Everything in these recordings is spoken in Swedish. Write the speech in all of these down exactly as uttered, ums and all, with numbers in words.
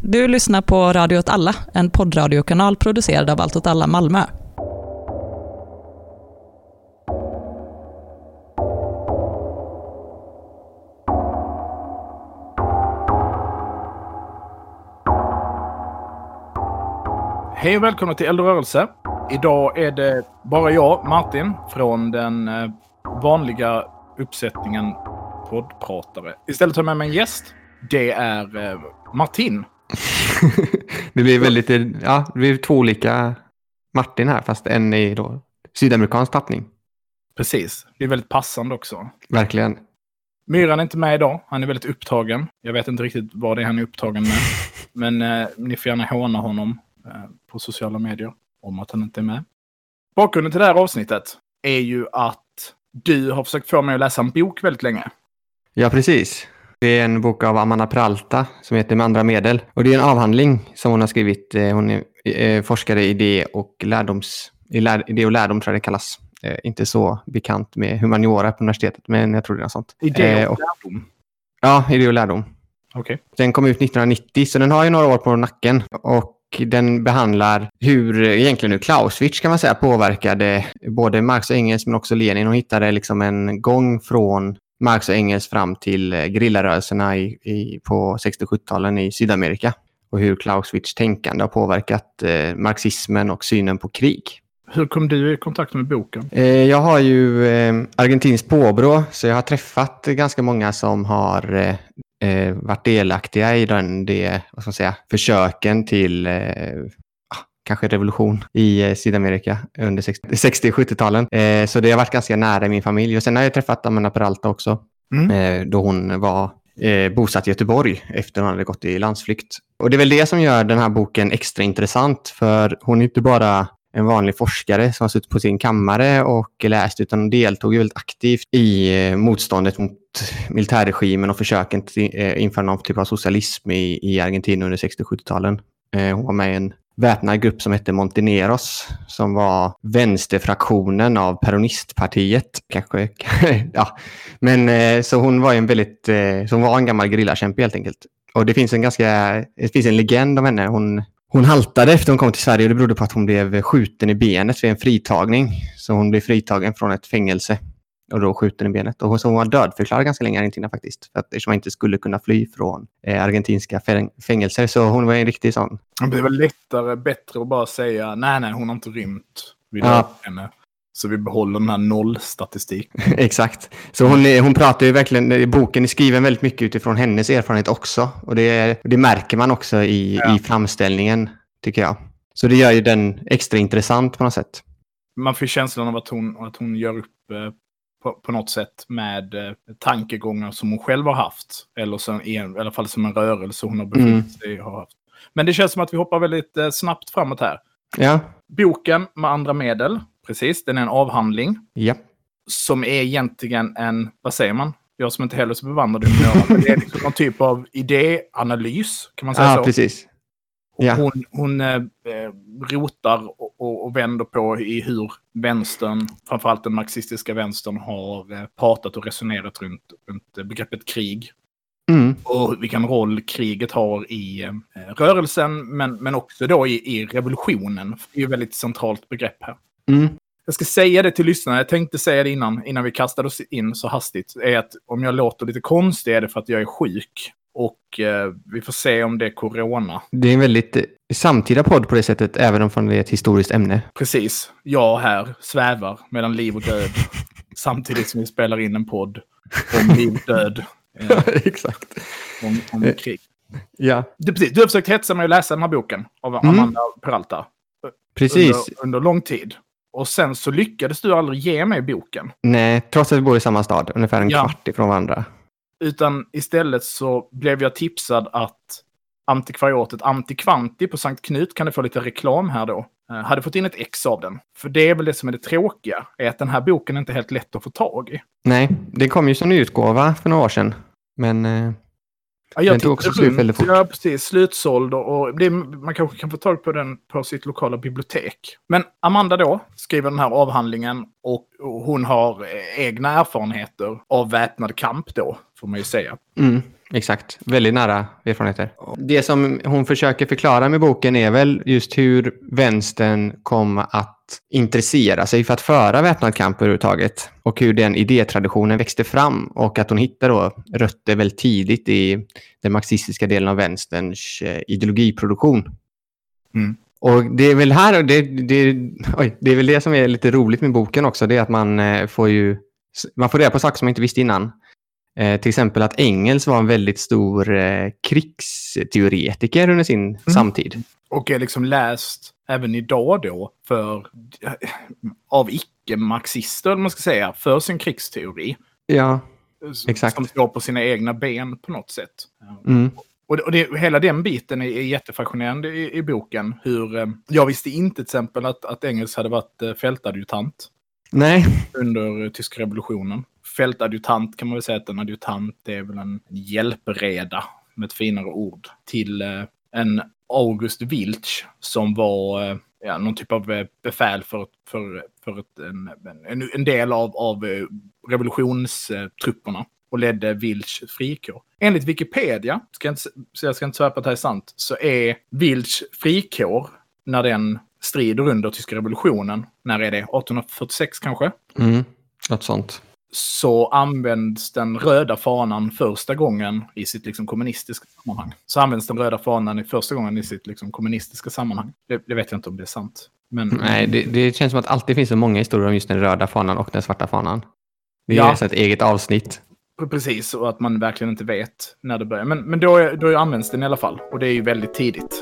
Du lyssnar på Radio åt alla, en poddradiokanal producerad av Allt åt alla Malmö. Hej och välkomna till Eld och rörelse. Idag är det bara jag, Martin, från den vanliga uppsättningen poddpratare. Istället har jag med mig en gäst. Det är Martin. Det blir väldigt, ja, det blir två olika Martin här, fast en är då sydamerikansk tappning. Precis, det är väldigt passande också. Verkligen. Myran är inte med idag, han är väldigt upptagen. Jag vet inte riktigt vad det är han är upptagen med. Men eh, ni får gärna håna honom eh, på sociala medier om att han inte är med. Bakgrunden till det här avsnittet är ju att du har försökt få mig att läsa en bok väldigt länge. Ja, precis. Det är en bok av Amanda Peralta som heter Med andra medel. Och det är en avhandling som hon har skrivit. Hon är forskare i idé och lärdoms, i lär, idé och lärdom tror jag det kallas. Eh, inte så bekant med humaniora på universitetet, men jag tror det är något sånt. Idé och, eh, och lärdom? Ja, idé och lärdom. Okej. Okay. Den kom ut nittonhundranittio, så den har ju några år på nacken. Och den behandlar hur egentligen hur Clausewitz kan man säga påverkade både Marx och Engels men också Lenin. Och hittade liksom en gång från Marx och Engels fram till gerillarörelserna i, i, på sextio- och sjuttio-talen i Sydamerika. Och hur Clausewitz tänkande har påverkat eh, marxismen och synen på krig. Hur kom du i kontakt med boken? Eh, jag har ju eh, argentinskt påbrå, så jag har träffat ganska många som har eh, varit delaktiga i den, det, vad ska man säga, försöken till eh, kanske revolution i eh, Sydamerika under sextio- och sjuttio-talen. Eh, så det har varit ganska nära i min familj. Och sen har jag träffat Amanda Peralta också, mm. eh, då hon var eh, bosatt i Göteborg efter hon hade gått i landsflykt. Och det är väl det som gör den här boken extra intressant, för hon är inte bara en vanlig forskare som har suttit på sin kammare och läst, utan hon deltog ju väldigt aktivt i eh, motståndet mot militärregimen och försöken till eh, införa någon typ av socialism i, i Argentina under sextio- och sjuttio-talen. Eh, hon var med i en väpnad grupp som hette Monteneros, som var vänsterfraktionen av peronistpartiet kanske. Ja. Men eh, så hon var ju en väldigt eh, så hon var en gammal gerillakämpe helt enkelt. Och det finns en ganska det finns en legend om henne. Hon Hon haltade efter hon kom till Sverige, och det berodde på att hon blev skjuten i benet vid en fritagning. Så hon blev fritagen från ett fängelse och då skjuten i benet. Och så hon var dödförklarad ganska länge i Argentina faktiskt. För att eftersom man inte skulle kunna fly från eh, argentinska fängelser. Så hon var en riktig sån. Det är väl lättare, bättre att bara säga nej, nej, hon har inte rymt. Vi dödar ja. henne. Så vi behåller den här nollstatistik. Exakt. Så hon, hon pratar ju verkligen, boken är skriven väldigt mycket utifrån hennes erfarenhet också. Och det, det märker man också i, ja. i framställningen, tycker jag. Så det gör ju den extra intressant på något sätt. Man får känslan av att hon, att hon gör upp eh, på, på något sätt med eh, tankegångar som hon själv har haft. Eller som, i, i alla fall som en rörelse hon har befunnit sig mm. har haft. Men det känns som att vi hoppar väldigt eh, snabbt framåt här. Ja. Boken Med andra medel. Precis, den är en avhandling. Ja. Som är egentligen en, vad säger man? Jag som inte heller så bevandrad i humaniora, men det är liksom någon typ av idéanalys, kan man säga ah, så? Precis. Ja. Hon, hon eh, rotar och, och, och vänder på i hur vänstern, framförallt den marxistiska vänstern, har eh, pratat och resonerat runt, runt begreppet krig. Mm. Och vilken roll kriget har i eh, rörelsen, men, men också då i, i revolutionen. Det är ju ett väldigt centralt begrepp här. Mm. Jag ska säga det till lyssnarna, jag tänkte säga det innan, innan vi kastade oss in så hastigt, är att om jag låter lite konstigt är det för att jag är sjuk. Och eh, vi får se om det är corona. Det är en väldigt eh, samtida podd på det sättet, även om det är ett historiskt ämne. Precis. Jag här svävar mellan liv och död samtidigt som vi spelar in en podd om liv och död. Eh, ja, exakt. Om, om krig. Ja. Du, precis, du har försökt hetsa mig att läsa den här boken av Amanda mm. Peralta. Precis. Under, under lång tid. Och sen så lyckades du aldrig ge mig boken. Nej, trots att vi bor i samma stad. Ungefär en ja. kvart ifrån varandra. Utan istället så blev jag tipsad att antikvariatet Antikvanti på Sankt Knut, kan du få lite reklam här då, hade fått in ett ex av den. För det är väl det som är det tråkiga, är att den här boken är inte helt lätt att få tag i. Nej, det kom ju som nyutgåva för några år sedan. Men eh, ja, jag den tog också slut väldigt fort. Ja, precis. Slutsåld och det, man kanske kan få tag på den på sitt lokala bibliotek. Men Amanda då skriver den här avhandlingen och, och hon har egna erfarenheter av väpnad kamp då, får man ju säga. Mm. exakt. Väldigt nära erfarenheter. Det som hon försöker förklara med boken är väl just hur vänstern kom att intressera sig för att föra väpnad kamp överhuvudtaget. Och hur den idétraditionen växte fram. Och att hon hittar då rötter väl tidigt i den marxistiska delen av vänsterns eh, ideologiproduktion. Mm. Och det är väl här, det, det, oj, det är väl det som är lite roligt med boken också. Det är att man eh, får ju, man får reda på saker som man inte visste innan. Eh, till exempel att Engels var en väldigt stor eh, krigsteoretiker under sin mm. samtid. Och är liksom läst även idag då för, av icke-marxister, man ska säga, för sin krigsteori. Ja, exakt. Som står på sina egna ben på något sätt. Mm. Och, det, och det, hela den biten är, är jättefascinerande i, i boken. Hur, jag visste inte till exempel att, att Engels hade varit fältadjutant. Nej. Under tyska revolutionen. Fältadjutant kan man väl säga att en adjutant är väl en hjälpreda med ett finare ord till eh, en August Wiltsch som var eh, ja, någon typ av befäl för, för, för ett, en, en, en del av, av revolutionstrupperna och ledde Wiltsch frikår. Enligt Wikipedia, ska jag, inte, så jag ska inte svära på att det här är sant, så är Wiltsch frikår när den strider under tyska revolutionen, när är det? arton fyrtiosex kanske? Mm, något sånt. Så används den röda fanan första gången i sitt liksom kommunistiska sammanhang. Så används den röda fanan i första gången i sitt liksom kommunistiska sammanhang. Det, det vet jag inte om det är sant. Men, Nej, det, det känns som att alltid finns så många historier om just den röda fanan och den svarta fanan. Det är ja. ett eget avsnitt. Precis, och att man verkligen inte vet när det börjar. Men, men då, är, då används den i alla fall. Och det är ju väldigt tidigt.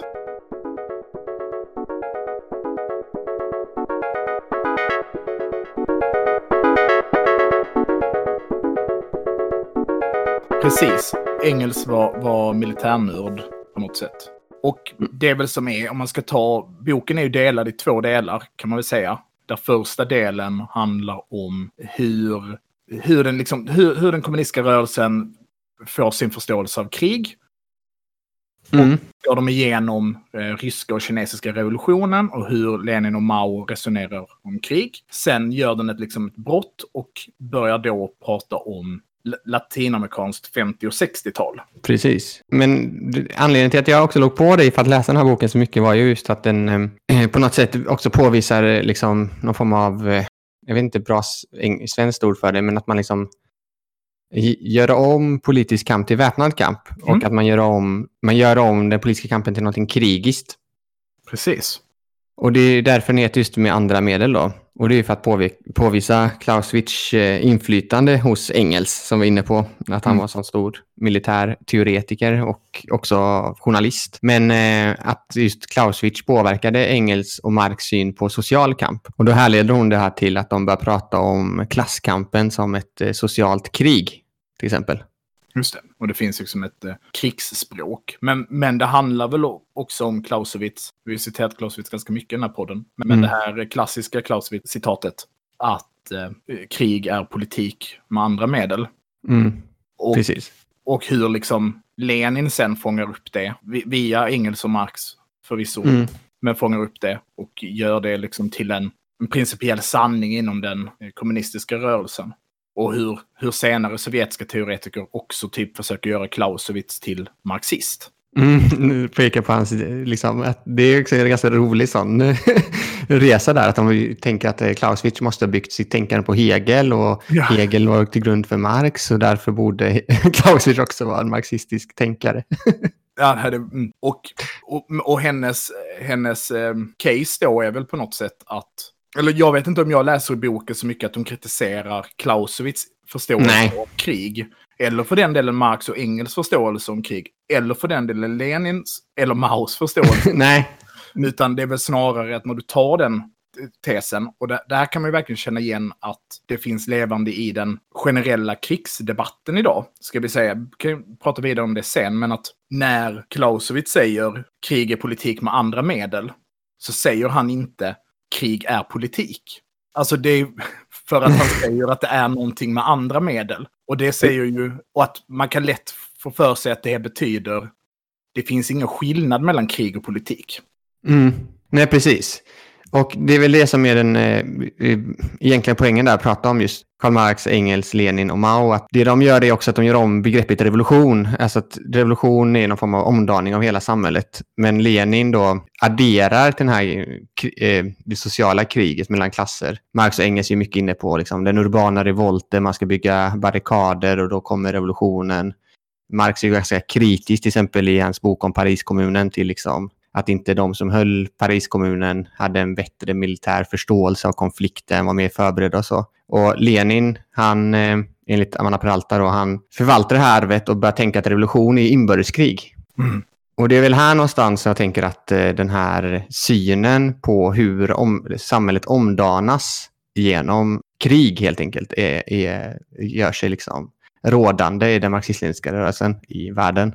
Precis. Engels var, var militärnörd på något sätt. Och det är väl som är, om man ska ta, boken är ju delad i två delar kan man väl säga. Där första delen handlar om hur, hur, den, liksom, hur, hur den kommunistiska rörelsen får sin förståelse av krig. Mm. Och går de igenom eh, ryska och kinesiska revolutionen och hur Lenin och Mao resonerar om krig. Sen gör den ett, liksom, ett brott och börjar då prata om latinamerikanskt femtio- och sextiotal. Precis. Men anledningen till att jag också låg på dig för att läsa den här boken så mycket var ju just att den eh, på något sätt också påvisar eh, liksom någon form av, eh, jag vet inte bra svenskt ord för det, men att man liksom gör om politisk kamp till väpnad kamp mm. och att man gör om, man gör om den politiska kampen till någonting krigiskt. Precis. Och det är därför den heter just med andra medel då. Och det är för att påv- påvisa Clausewitz inflytande hos Engels som var inne på. Att han mm. var så stor militär teoretiker och också journalist. Men eh, att just Clausewitz påverkade Engels och Marx syn på social kamp. Och då härleder hon det här till att de börjar prata om klasskampen som ett eh, socialt krig till exempel. Just det. Och det finns liksom ett eh, krigsspråk. Men, men det handlar väl också om Clausewitz. Vi har citerat Clausewitz ganska mycket i den här podden. Men, mm. men det här klassiska Clausewitz-citatet att eh, krig är politik med andra medel. Mm. Och, Precis. Och hur liksom Lenin sen fångar upp det via Engels och Marx förvisso. Mm. Men fångar upp det och gör det liksom till en, en principiell sanning inom den kommunistiska rörelsen. Och hur, hur senare sovjetiska teoretiker också typ försöker göra Clausewitz till marxist. Mm, nu pekar på hans, liksom, att det är också en ganska rolig sån resa där. Att de tänker att Clausewitz måste ha byggt sitt tänkande på Hegel. Och ja. Hegel var till grund för Marx. Och därför borde Clausewitz också vara en marxistisk tänkare. Ja, och, och, och hennes, hennes eh, case då är väl på något sätt att... Eller jag vet inte om jag läser i boken så mycket att de kritiserar Clausewitz förståelse Nej. av krig. Eller för den delen Marx och Engels förståelse om krig. Eller för den delen Lenins eller Maos förståelse. Nej. Utan det är väl snarare att när du tar den tesen, och där, där kan man ju verkligen känna igen att det finns levande i den generella krigsdebatten idag. Ska vi säga, vi kan prata vidare om det sen, men att när Clausewitz säger krig är politik med andra medel, så säger han inte krig är politik. Alltså det är för att han säger att det är någonting med andra medel. Och det säger ju, och att man kan lätt få för sig att det betyder det finns ingen skillnad mellan krig och politik. Mm. Nej, precis. Och det är väl det som är den eh, egentligen poängen där att prata om just Karl Marx, Engels, Lenin och Mao. Att det de gör är också att de gör om begreppet revolution. Alltså att revolution är någon form av omdaning av hela samhället. Men Lenin då adderar till den här, eh, det sociala kriget mellan klasser. Marx och Engels är mycket inne på liksom, den urbana revolten, man ska bygga barrikader och då kommer revolutionen. Marx är ganska kritisk till exempel i hans bok om Pariskommunen till liksom att inte de som höll Pariskommunen hade en bättre militär förståelse av konflikten, var mer förberedda och så. Och Lenin, han, eh, enligt Amanda Peralta, då, han förvaltar det här arvet och börjar tänka att revolution är inbördeskrig. Mm. Och det är väl här någonstans jag tänker att eh, den här synen på hur om, samhället omdanas genom krig helt enkelt är, är, gör sig liksom rådande i den marxist-leniniska rörelsen i världen.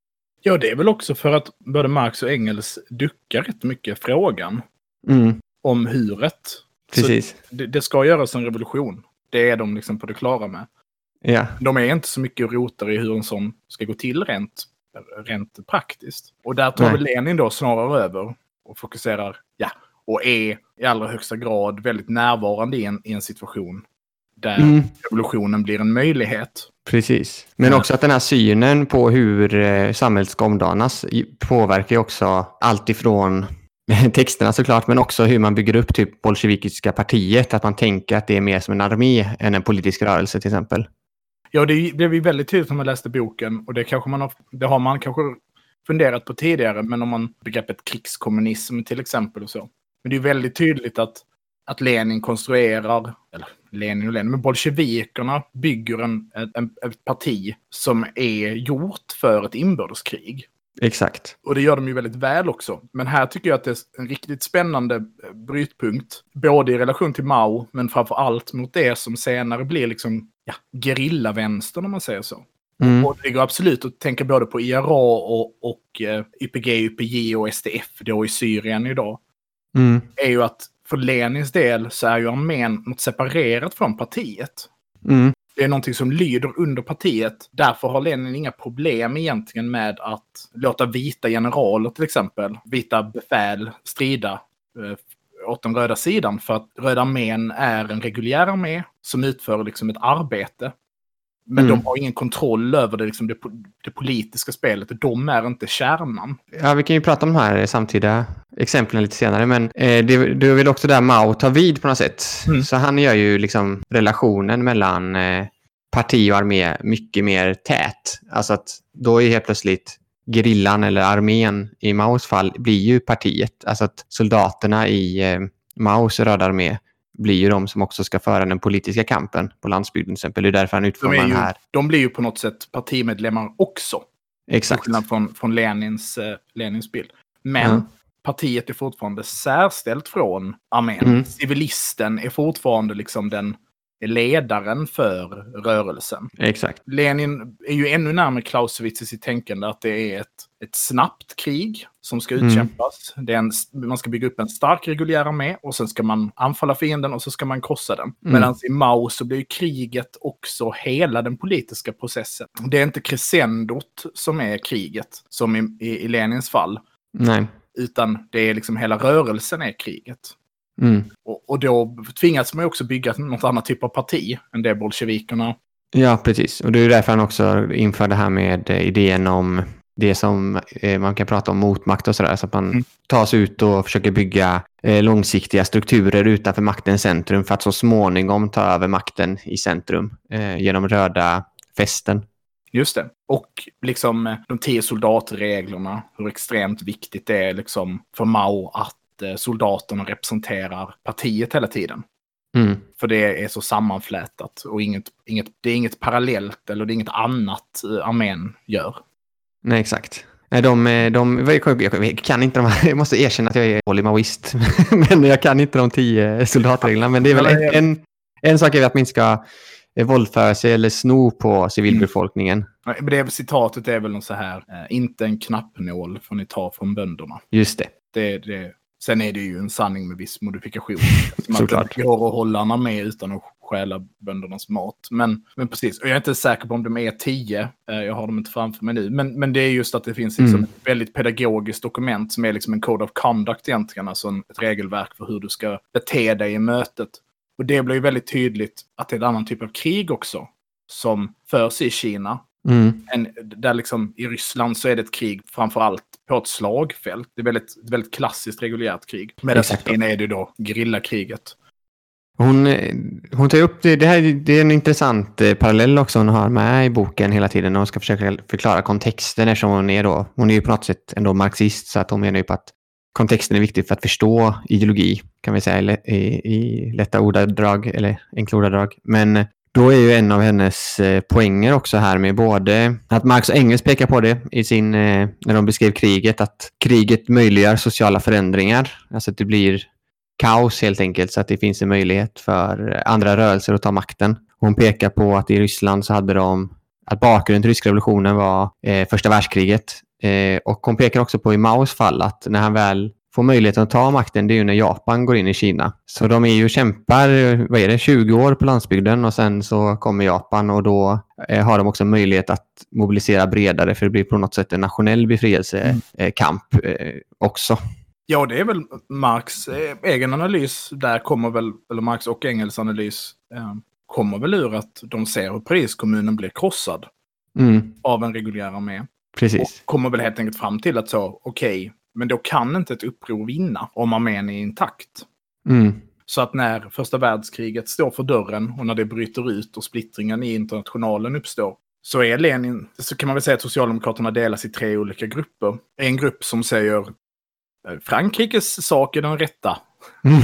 Ja, det är väl också för att både Marx och Engels duckar rätt mycket frågan Mm. om huret. Precis. Det, det ska göras en revolution. Det är de liksom på det klara med. Ja. De är inte så mycket rotar i hur en sån ska gå till rent, rent praktiskt. Och där tar väl Lenin då snarare över och fokuserar, ja, och är i allra högsta grad väldigt närvarande i en, i en situation där mm. revolutionen blir en möjlighet. Precis. Men också att den här synen på hur eh, samhället ska omdanas påverkar ju också allt ifrån texterna såklart, men också hur man bygger upp typ bolsjevikiska partiet. Att man tänker att det är mer som en armé än en politisk rörelse till exempel. Ja, det blev ju väldigt tydligt när man läste boken. Och det, kanske man har, det har man kanske funderat på tidigare. Men om man begreppet krigskommunism till exempel och så. Men det är väldigt tydligt att, att Lenin konstruerar, eller Lenin och Lenin, men bolsjevikerna bygger en, en, ett parti som är gjort för ett inbördeskrig. Exakt. Och det gör de ju väldigt väl också. Men här tycker jag att det är en riktigt spännande brytpunkt. Både i relation till Mao, men framför allt mot det som senare blir liksom, ja, gerillavänstern om man säger så. Mm. Och det går absolut att tänka både på I R A och, och uh, Y P G, Y P J och S D F då i Syrien idag. Mm. Är ju att för Lenins del så är ju armén något separerat från partiet. Mm. Det är någonting som lyder under partiet. Därför har Lenin inga problem egentligen med att låta vita generaler till exempel, vita befäl strida eh, åt den röda sidan. För att Röda armén är en reguljär armé som utför liksom ett arbete. Men mm. de har ingen kontroll över det, liksom det, det politiska spelet. De är inte kärnan. Ja, vi kan ju prata om de här samtida exemplen lite senare. Men eh, det, det är väl också där Mao tar vid på något sätt. Mm. Så han gör ju liksom relationen mellan eh, parti och armé mycket mer tät. Alltså att då är helt plötsligt gerillan eller armén i Maos fall blir ju partiet. Alltså att soldaterna i eh, Maos röda armé blir ju de som också ska föra den politiska kampen på landsbygden till exempel. Det är därför han utformar de, den här. De blir ju på något sätt partimedlemmar också. Exakt. Till skillnad från, från Lenins, eh, Lenins bild. Men mm. partiet är fortfarande särställt från armén. Mm. Civilisten är fortfarande liksom den ledaren för rörelsen. Exakt. Lenin är ju ännu närmare Clausewitz i sitt tänkande att det är ett, ett snabbt krig som ska utkämpas. Mm. Det är en, man ska bygga upp en stark reguljär armé och sen ska man anfalla fienden och så ska man krossa den. Mm. Medan i Mao så blir kriget också hela den politiska processen. Det är inte crescendot som är kriget som i, i, i Lenins fall. Nej. Utan det är liksom hela rörelsen är kriget. Mm. Och, och då tvingas man ju också bygga något annat typ av parti än det bolsjevikerna. Ja, precis. Och det är därför han också inför det här med idén om det som eh, man kan prata om motmakt och sådär. Så att man mm. tar sig ut och försöker bygga eh, långsiktiga strukturer utanför maktens centrum för att så småningom ta över makten i centrum eh, genom röda fästen. Just det. Och liksom de tio soldatreglerna, hur extremt viktigt det är liksom för Mao att soldaterna representerar partiet hela tiden. Mm. För det är så sammanflätat och inget, inget, det är inget parallellt eller det är inget annat armén gör. Nej, exakt. De, de, jag kan inte de här, jag måste erkänna att jag är dålig maoist, men jag kan inte de tio soldatreglerna. Men det är väl en, en, en sak är att man inte ska våldföra sig eller sno på civilbefolkningen. Mm. Men det är, citatet är väl något så här, inte en knappnål får ni ta från bönderna. Just det. Det, det, Sen är det ju en sanning med viss modifikation. Såklart. Det går att hålla arna med utan att stjäla böndernas mat. Men, men precis, och jag är inte säker på om de är tio. Jag har dem inte framför mig nu. Men, men det är just att det finns liksom mm. ett väldigt pedagogiskt dokument som är liksom en code of conduct egentligen. Alltså ett regelverk för hur du ska bete dig i mötet. Och det blir ju väldigt tydligt att det är en annan typ av krig också som förs i Kina. Mm. En, där liksom i Ryssland så är det ett krig framförallt på ett slagfält. Det är väldigt, väldigt klassiskt reguljärt krig. Medan i Kina är det då gerillakriget. Hon, hon tar upp det, det här det är en intressant eh, parallell också hon har med i boken hela tiden när hon ska försöka förklara kontexten eftersom hon är då, hon är ju på något sätt ändå marxist så att hon menar ju på att kontexten är viktig för att förstå ideologi kan vi säga i, i lätta ordadrag eller enkla ordadrag. Men då är ju en av hennes eh, poänger också här med både att Marx och Engels pekar på det i sin, eh, när de beskrev kriget, att kriget möjliggör sociala förändringar. Alltså att det blir kaos helt enkelt så att det finns en möjlighet för andra rörelser att ta makten. Hon pekar på att i Ryssland så hade de, att bakgrunden till ryska revolutionen var eh, första världskriget. Eh, och hon pekar också på i Maos fall att när han väl får möjligheten att ta makten, det är ju när Japan går in i Kina. Så de är ju kämpar, vad är det, tjugo år på landsbygden och sen så kommer Japan och då eh, har de också möjlighet att mobilisera bredare för det blir på något sätt en nationell befrielsekamp eh, eh, också. Ja, det är väl Marx eh, egen analys där kommer väl, eller Marx och Engels analys eh, kommer väl ur att de ser hur Pariskommunen blir krossad mm. av en reguljär armé. Precis. Och kommer väl helt enkelt fram till att så, okej, okay, men då kan inte ett uppror vinna om armén är intakt. Mm. Så att när första världskriget står för dörren och när det bryter ut och splittringen i internationalen uppstår så är Lenin, så kan man väl säga att Socialdemokraterna delas i tre olika grupper. En grupp som säger Frankrikes sak är den rätta. Mm.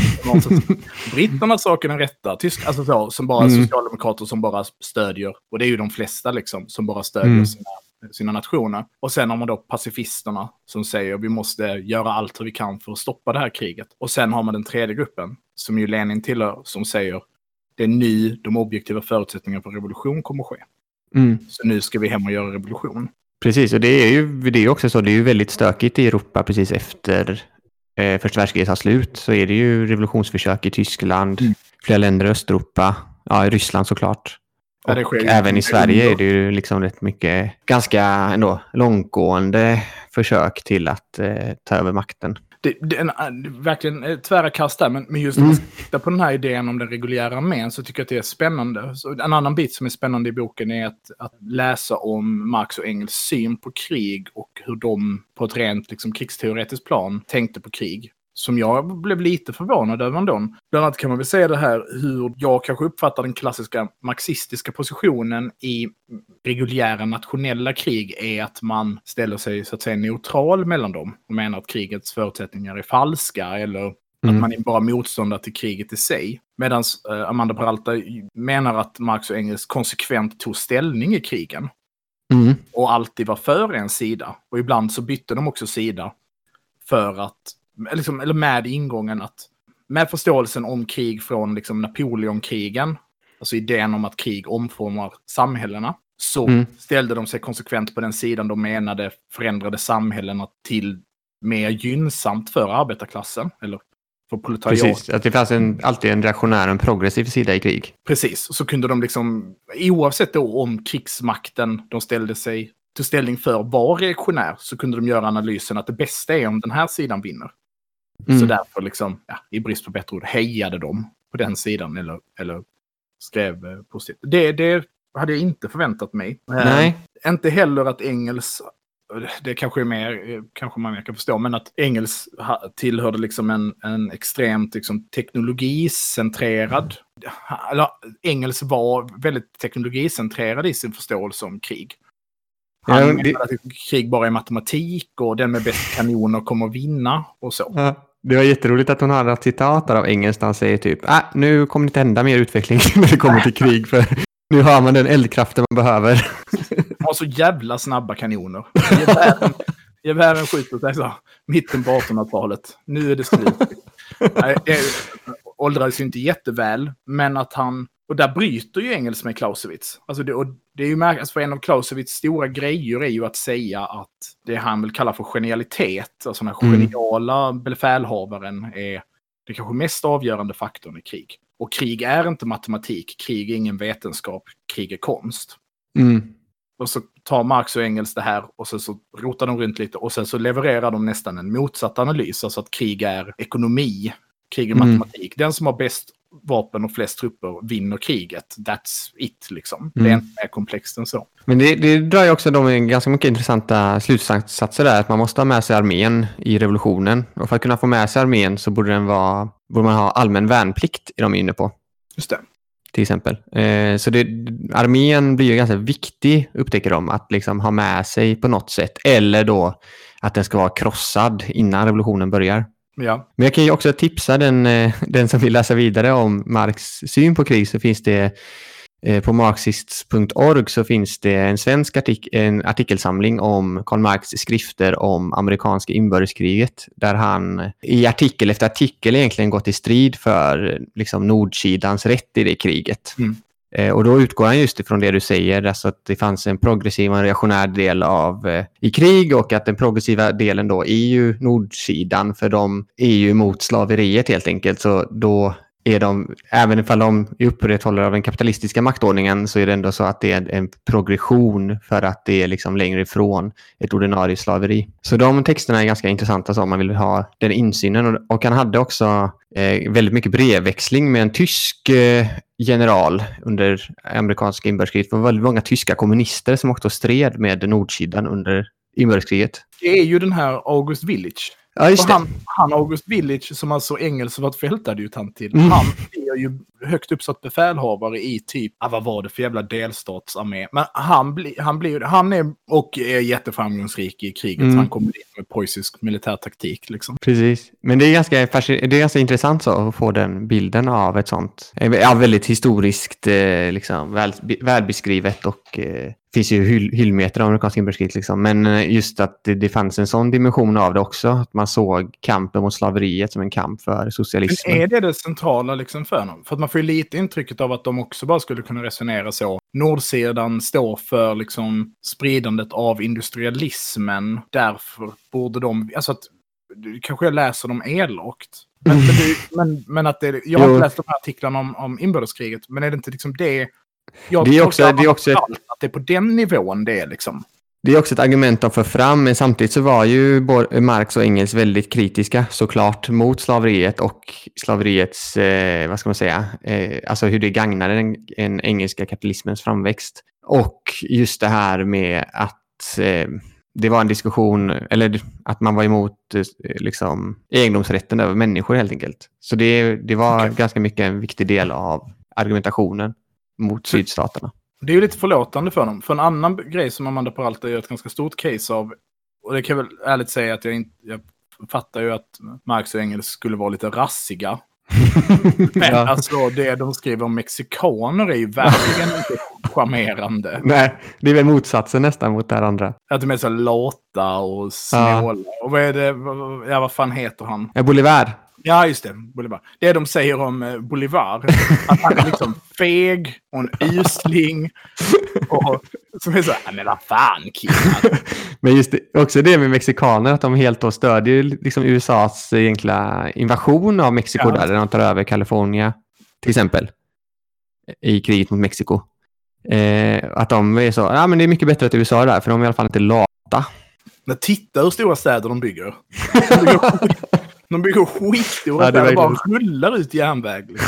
Britternas sak är den rätta. Tysk, alltså så, som bara mm. socialdemokrater som bara stödjer, och det är ju de flesta liksom, som bara stödjer mm. sina, sina nationer. Och sen har man då pacifisterna som säger vi måste göra allt vi kan för att stoppa det här kriget. Och sen har man den tredje gruppen som ju Lenin tillhör som säger det är nu de objektiva förutsättningarna för revolution kommer att ske. Mm. Så nu ska vi hem och göra revolution. Precis, och det är ju det är också så, det är ju väldigt stökigt i Europa precis efter eh, första världskriget har slut. Så är det ju revolutionsförsök i Tyskland, mm. flera länder i Östeuropa, ja i Ryssland såklart. Och ja, även i Sverige är det ju liksom rätt mycket, ganska ändå långtgående försök till att eh, ta över makten. Det, det är en, en, verkligen ett tvära kast där, men, men just när man tittar på den här idén om den reguljära armén så tycker jag att det är spännande. Så en annan bit som är spännande i boken är att, att läsa om Marx och Engels syn på krig och hur de på ett rent liksom, krigsteoretiskt plan tänkte på krig. Som jag blev lite förvånad över ändå. Bland annat kan man väl säga det här hur jag kanske uppfattar den klassiska marxistiska positionen i reguljära nationella krig är att man ställer sig så att säga neutral mellan dem och menar att krigets förutsättningar är falska eller mm. att man är bara motståndare till kriget i sig. Medan eh, Amanda Peralta menar att Marx och Engels konsekvent tog ställning i krigen mm. och alltid var för en sida. Och ibland så bytte de också sida för att Liksom, eller med ingången att med förståelsen om krig från liksom Napoleonkrigen, alltså idén om att krig omformar samhällena, så mm. ställde de sig konsekvent på den sidan de menade förändrade samhällena till mer gynnsamt för arbetarklassen eller för proletariat. Precis, att det fanns en, alltid en reaktionär, en progressiv sida i krig. Precis, så kunde de liksom, oavsett då om krigsmakten de ställde sig till ställning för var reaktionär, så kunde de göra analysen att det bästa är om den här sidan vinner. Mm. Så därför liksom, ja, i brist på bättre ord, hejade de på den sidan eller, eller skrev eh, positivt. Det, det hade jag inte förväntat mig. Nej. Eh, inte heller att Engels, det kanske är mer, kanske man kan förstå, men att Engels tillhörde liksom en, en extremt liksom, teknologicentrerad, eller Engels var väldigt teknologicentrerad i sin förståelse om krig. Han ja, det... menar att krig bara är matematik och den med bäst kanoner kommer att vinna och så. Ja, det var jätteroligt att hon hade ett citat av Engels där han säger typ äh, nu kommer det inte hända mer utveckling när det kommer till krig för nu har man den eldkraften man behöver. Man har så jävla snabba kanoner. Gevären skjuter sig så mitten på artonhundratalet. Nu är det slut. Nej, det åldrades ju inte jätteväl, men att han och där bryter ju Engels med Clausewitz. Alltså det, och det är ju märkligt, alltså för en av Clausewitz stora grejer är ju att säga att det han vill kalla för genialitet, alltså den här Mm. geniala befälhavaren är det kanske mest avgörande faktorn i krig. Och krig är inte matematik, krig är ingen vetenskap, krig är konst. Mm. Och så tar Marx och Engels det här och sen så rotar de runt lite och sen så levererar de nästan en motsatt analys. Alltså att krig är ekonomi, krig är matematik. Mm. Den som har bäst vapen och flest trupper vinner kriget. That's it liksom. Mm. Det är inte mer komplext än så. Men det, det drar ju också de ganska mycket intressanta slutsatser där. Att man måste ha med sig armén i revolutionen. Och för att kunna få med sig armén så borde, den vara, borde man ha allmän värnplikt, är de inne på. Just det. Till exempel. Eh, så det, armén blir ju ganska viktig, upptäcker de, att liksom ha med sig på något sätt. Eller då att den ska vara krossad innan revolutionen börjar. Ja. Men jag kan ju också tipsa den, den som vill läsa vidare om Marx syn på krig, så finns det på marxists punkt org så finns det en svensk artik- en artikelsamling om Karl Marx skrifter om amerikanska inbördeskriget, där han i artikel efter artikel egentligen gått i strid för liksom nordsidans rätt i det kriget. Mm. Och då utgår han just ifrån det du säger, alltså att det fanns en progressiv och en reaktionär del av eh, i krig, och att den progressiva delen då är ju nordsidan, för de är ju emot slaveriet helt enkelt. Så då är de, även ifall de är upprätthållare av den kapitalistiska maktordningen, så är det ändå så att det är en progression för att det är liksom längre ifrån ett ordinarie slaveri. Så de texterna är ganska intressanta så om man vill ha den insynen. Och, och han hade också eh, väldigt mycket brevväxling med en tysk eh, general under amerikanska inbördeskriget. Det var väldigt många tyska kommunister som också stred med nordsidan under inbördeskriget. Det är ju den här August Willich. Ja, just det. Han, han August Willich, som alltså Engels varit fältadjutant till, Mm. han är ju högt uppsatt befälhavare i typ, ah, vad var det för jävla delstatsarmé? Men han, bli, han, blir, han är och är jätteframgångsrik i kriget. Mm. Han kommer dit med preussisk militärtaktik. Liksom. Precis. Men det är ganska, det är ganska intressant så att få den bilden av ett sånt, ja, väldigt historiskt liksom, väl, välbeskrivet, och eh, finns ju hyll, hyllmeter av amerikansk inbördeskrig liksom. Men just att det, det fanns en sån dimension av det också, att man såg kampen mot slaveriet som en kamp för socialismen. Men är det det centrala liksom för dem? För att man får ju lite intrycket av att de också bara skulle kunna resonera så. Nordsidan står för liksom spridandet av industrialismen, därför borde de, alltså att kanske jag läser dem elakt. Men, men, det, men, men att det, jag har inte läst de här artiklarna om, om inbördeskriget, men är det inte liksom det jag det är också, det är också ett, att det är på den nivån det är liksom. Det är också ett argument de för fram, men samtidigt så var ju Marx och Engels väldigt kritiska såklart mot slaveriet och slaveriets, eh, vad ska man säga, eh, alltså hur det gagnade den, den engelska kapitalismens framväxt. Och just det här med att eh, det var en diskussion, eller att man var emot eh, liksom egendomsrätten över människor helt enkelt. Så det, det var okay. ganska mycket en viktig del av argumentationen mot sydstaterna. Det är ju lite förlåtande för dem. För en annan grej som Amanda Peralta gör ett ganska stort case av, och det kan jag väl ärligt säga att jag inte, jag fattar ju att Marx och Engels skulle vara lite rassiga. Men ja. Alltså det de skriver om mexikaner är ju verkligen inte charmerande. Nej, det är väl motsatsen nästan mot det andra. Att de är så låta och snåla. Ja. Och vad är det, ja vad fan heter han? Ja, Bolivar. Ja, just det. Bolivar. Det de säger om eh, Bolivar. Att han är liksom feg och en usling. Och som är så här, men vad fan, killar. Men just det, också det med mexikaner, att de helt då stödjer liksom U S A:s egentliga invasion av Mexiko, ja. Där de tar över Kalifornien, till exempel, i kriget mot Mexiko. Eh, att de är så, ja men det är mycket bättre att U S A är där, för de är i alla fall inte lata. Men titta hur stora städer de bygger. De bygger De bygger skitstora, ja, där och bara rullar ut järnväg. Liksom.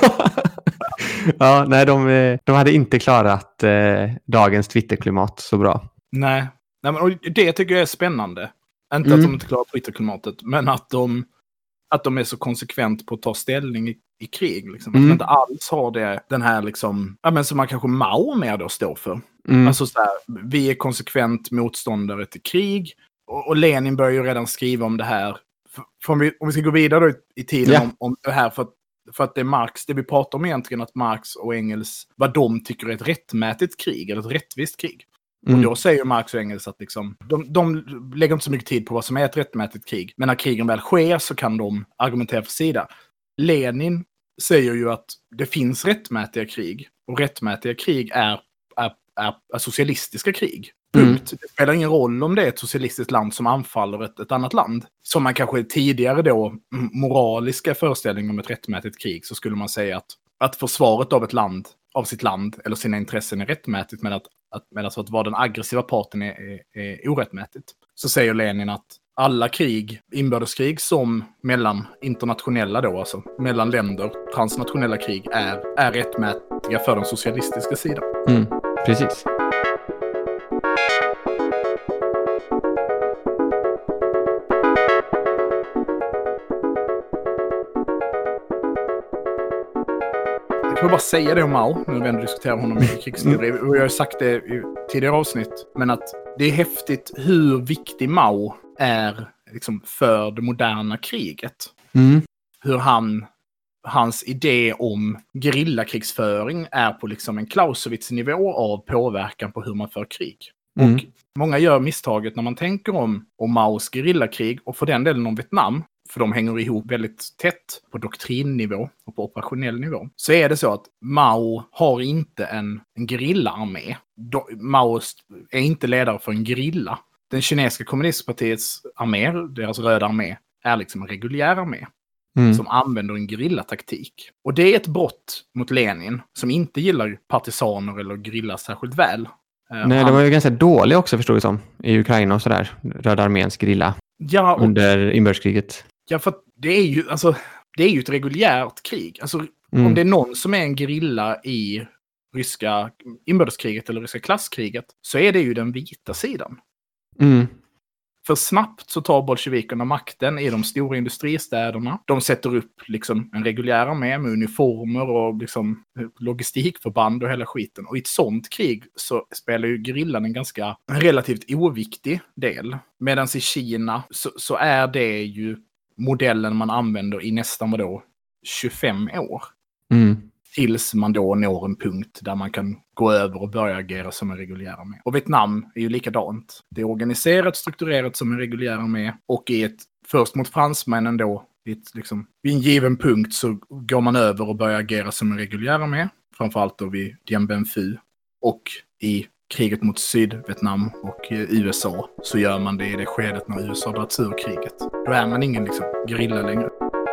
Ja, nej, de, de hade inte klarat eh, dagens Twitterklimat så bra. Nej, nej men, och det tycker jag är spännande. Inte mm. att de inte klarar Twitterklimatet, men att de, att de är så konsekvent på att ta ställning i, i krig. Liksom. Mm. Att de inte alls har det, den här liksom, ja, men som man kanske Mao med då står för. Mm. Alltså så här, vi är konsekvent motståndare till krig. Och, och Lenin börjar ju redan skriva om det här. För om, vi, om vi ska gå vidare då i tiden yeah. om, om det här, för att, för att det är Marx, det vi pratar om egentligen, att Marx och Engels, vad de tycker är ett rättmätigt krig, eller ett rättvist krig. Mm. Och då säger Marx och Engels att liksom, de, de lägger inte så mycket tid på vad som är ett rättmätigt krig, men när krigen väl sker så kan de argumentera för sida. Lenin säger ju att det finns rättmätiga krig. Och rättmätiga krig är, är, är, är socialistiska krig. Punkt. Mm. Det spelar ingen roll om det är ett socialistiskt land som anfaller ett, ett annat land. Som man kanske tidigare då, moraliska föreställningar om ett rättmätigt krig, så skulle man säga att, att försvaret av ett land, av sitt land eller sina intressen är rättmätigt, men att, att, men alltså att vara den aggressiva parten är, är, är orättmätigt. Så säger Lenin att alla krig, inbördeskrig som mellan internationella då, alltså mellan länder, transnationella krig, är, är rättmätiga för den socialistiska sidan. Mm, precis. Jag kan bara säga det om Mao, när vi ändå diskuterar honom i krigsteori. Och jag har sagt det i tidigare avsnitt, men att det är häftigt hur viktig Mao är liksom för det moderna kriget. Mm. Hur han, hans idé om gerillakrigsföring är på liksom en Clausewitz-nivå av påverkan på hur man för krig. Mm. Och många gör misstaget när man tänker om, om Maos gerillakrig, och för den delen om Vietnam, för de hänger ihop väldigt tätt på doktrinnivå och på operationell nivå, så är det så att Mao har inte en, en gerillaarmé. Mao är inte ledare för en gerilla. Den kinesiska kommunistpartiets armé, deras röda armé, är liksom en reguljär armé mm. som använder en gerillataktik. Och det är ett brott mot Lenin, som inte gillar partisaner eller gerilla särskilt väl. Nej, det var ju ganska dålig också, förstod jag som, i Ukraina och sådär. Röda arméns gerilla ja, och, under inbördeskriget. Ja, för det är ju, alltså, det är ju ett reguljärt krig. Alltså, mm. om det är någon som är en gerilla i ryska inbördeskriget eller ryska klasskriget, så är det ju den vita sidan. Mm. För snabbt så tar bolsjevikerna makten i de stora industristäderna. De sätter upp liksom en reguljär armé med uniformer och liksom logistikförband och hela skiten. Och i ett sånt krig så spelar ju gerillan en ganska en relativt oviktig del. Medan i Kina så, så är det ju modellen man använder i nästan vadå tjugofem år. Mm. Tills man då når en punkt där man kan gå över och börja agera som en reguljär armé. Och Vietnam är ju likadant. Det är organiserat, strukturerat som en reguljär armé. Och i ett, först mot fransmännen då, i, ett, liksom, vid en given punkt så går man över och börjar agera som en reguljär armé. Framförallt då vid Dien Bien Phu. Och i kriget mot Sydvietnam och U S A så gör man det i det skedet när U S A drar sig ur kriget. Då är man ingen liksom, gerilla längre.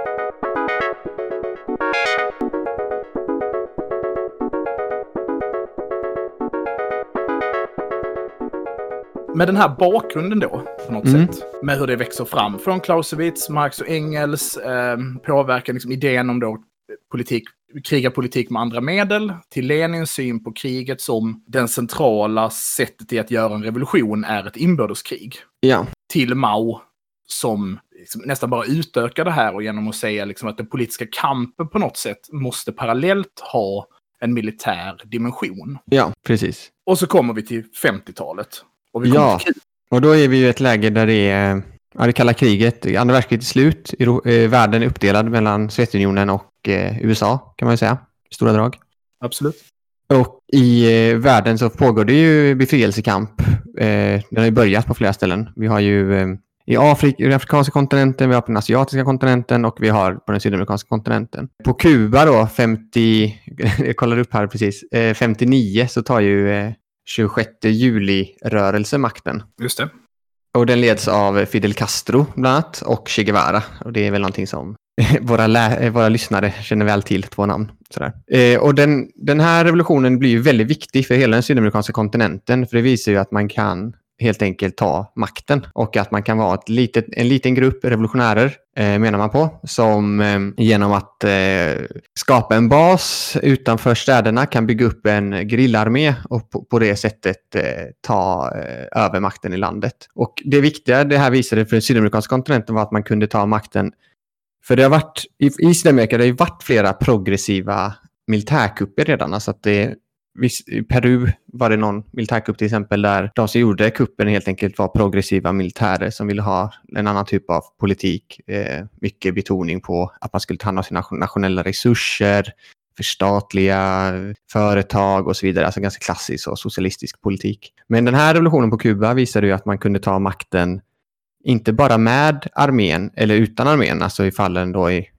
Med den här bakgrunden då, på något mm. sätt, med hur det växer fram från Clausewitz, Marx och Engels eh, påverkan, liksom idén om då politik, krigarpolitik med andra medel, till Lenins syn på kriget som den centrala sättet i att göra en revolution är ett inbördeskrig. Ja. Till Mao som liksom nästan bara utökar det här och genom att säga liksom att den politiska kampen på något sätt måste parallellt ha en militär dimension. Ja, precis. Och så kommer vi till femtiotalet. Och vi ja, och då är vi ju i ett läge där det är ja, det kalla kriget, andra världskriget är slut, eh, världen är uppdelad mellan Sovjetunionen och eh, U S A, kan man ju säga, stora drag. Absolut. Och i eh, världen så pågår det ju befrielsekamp. Eh, den har ju börjat på flera ställen. Vi har ju eh, i Afrika, i den afrikanska kontinenten, vi har på den asiatiska kontinenten och vi har på den sydamerikanska kontinenten. På Kuba då, femtio, jag kollar upp här precis, eh, femtionio så tar ju eh, tjugosjätte juli-rörelse makten. Just det. Och den leds av Fidel Castro bland annat och Che Guevara. Och det är väl någonting som våra, lä- våra lyssnare känner väl till, två namn. Sådär. Eh, och den, den här revolutionen blir ju väldigt viktig för hela den sydamerikanska kontinenten. För det visar ju att man kan helt enkelt ta makten. Och att man kan vara ett litet, en liten grupp revolutionärer, eh, menar man på. Som eh, genom att eh, skapa en bas utanför städerna kan bygga upp en gerillaarmé och på, på det sättet eh, ta eh, över makten i landet. Och det viktiga det här visade för den sydamerikanska kontinenten var att man kunde ta makten. För det har varit, i, i Sydamerika det har ju varit flera progressiva militärkupper redan. Alltså att det I Peru var det någon militärkupp till exempel där de som gjorde kuppen helt enkelt var progressiva militärer som ville ha en annan typ av politik. Eh, mycket betoning på att man skulle ta hand om sina nationella resurser, förstatliga företag och så vidare. Alltså ganska klassisk och socialistisk politik. Men den här revolutionen på Kuba visade ju att man kunde ta makten inte bara med armén eller utan armén, alltså i fallen då i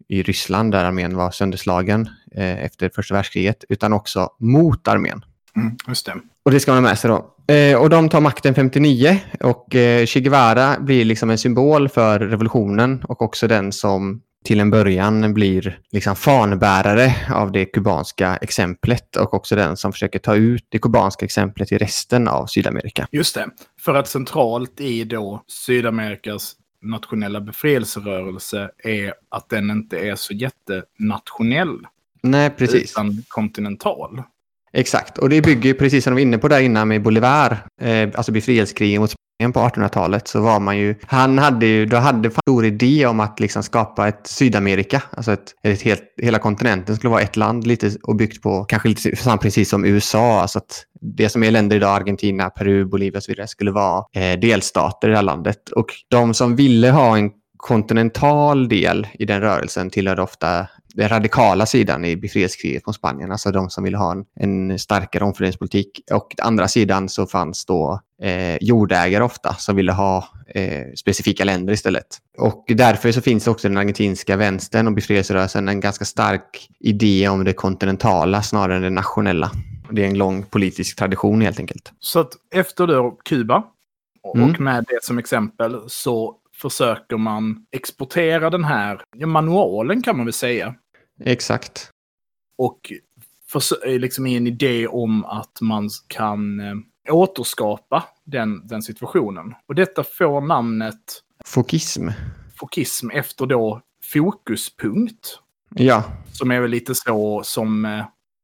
i Ryssland där armén var sönderslagen eh, efter första världskriget, utan också mot armén. Mm, just det. Och det ska man ha med sig då. Eh, och de tar makten femtionio och eh, Che Guevara blir liksom en symbol för revolutionen och också den som till en början blir liksom fanbärare av det kubanska exemplet och också den som försöker ta ut det kubanska exemplet i resten av Sydamerika. Just det. För att centralt i då Sydamerikas nationella befrielserörelse är att den inte är så jättenationell. Nej, precis. Utan kontinental. Exakt, och det bygger ju precis som de var inne på där innan med Bolivar, eh, alltså befrielsekriget mot Spanien på artonhundratalet, så var man ju, han hade ju, då hade fan stor idé om att liksom skapa ett Sydamerika, alltså ett, ett helt, hela kontinenten skulle vara ett land lite och byggt på kanske lite samma princip som U S A, alltså att det som är länder idag, Argentina, Peru, Bolivia och så vidare, skulle vara eh, delstater i det här landet. Och de som ville ha en kontinental del i den rörelsen tillhörde ofta den radikala sidan i befrielsekriget mot Spanien, alltså de som ville ha en, en starkare omfördelningspolitik. Och andra sidan så fanns då eh, jordägare ofta som ville ha eh, specifika länder istället. Och därför så finns också den argentinska vänstern och befrielserörelsen en ganska stark idé om det kontinentala snarare än det nationella. Det är en lång politisk tradition helt enkelt. Så att efter då Kuba och Mm. med det som exempel så försöker man exportera den här ja, manualen kan man väl säga. Exakt. Och för, liksom i en idé om att man kan eh, återskapa den, den situationen. Och detta får namnet Fokism. Fokism efter då fokuspunkt. Ja. Som är väl lite så som eh,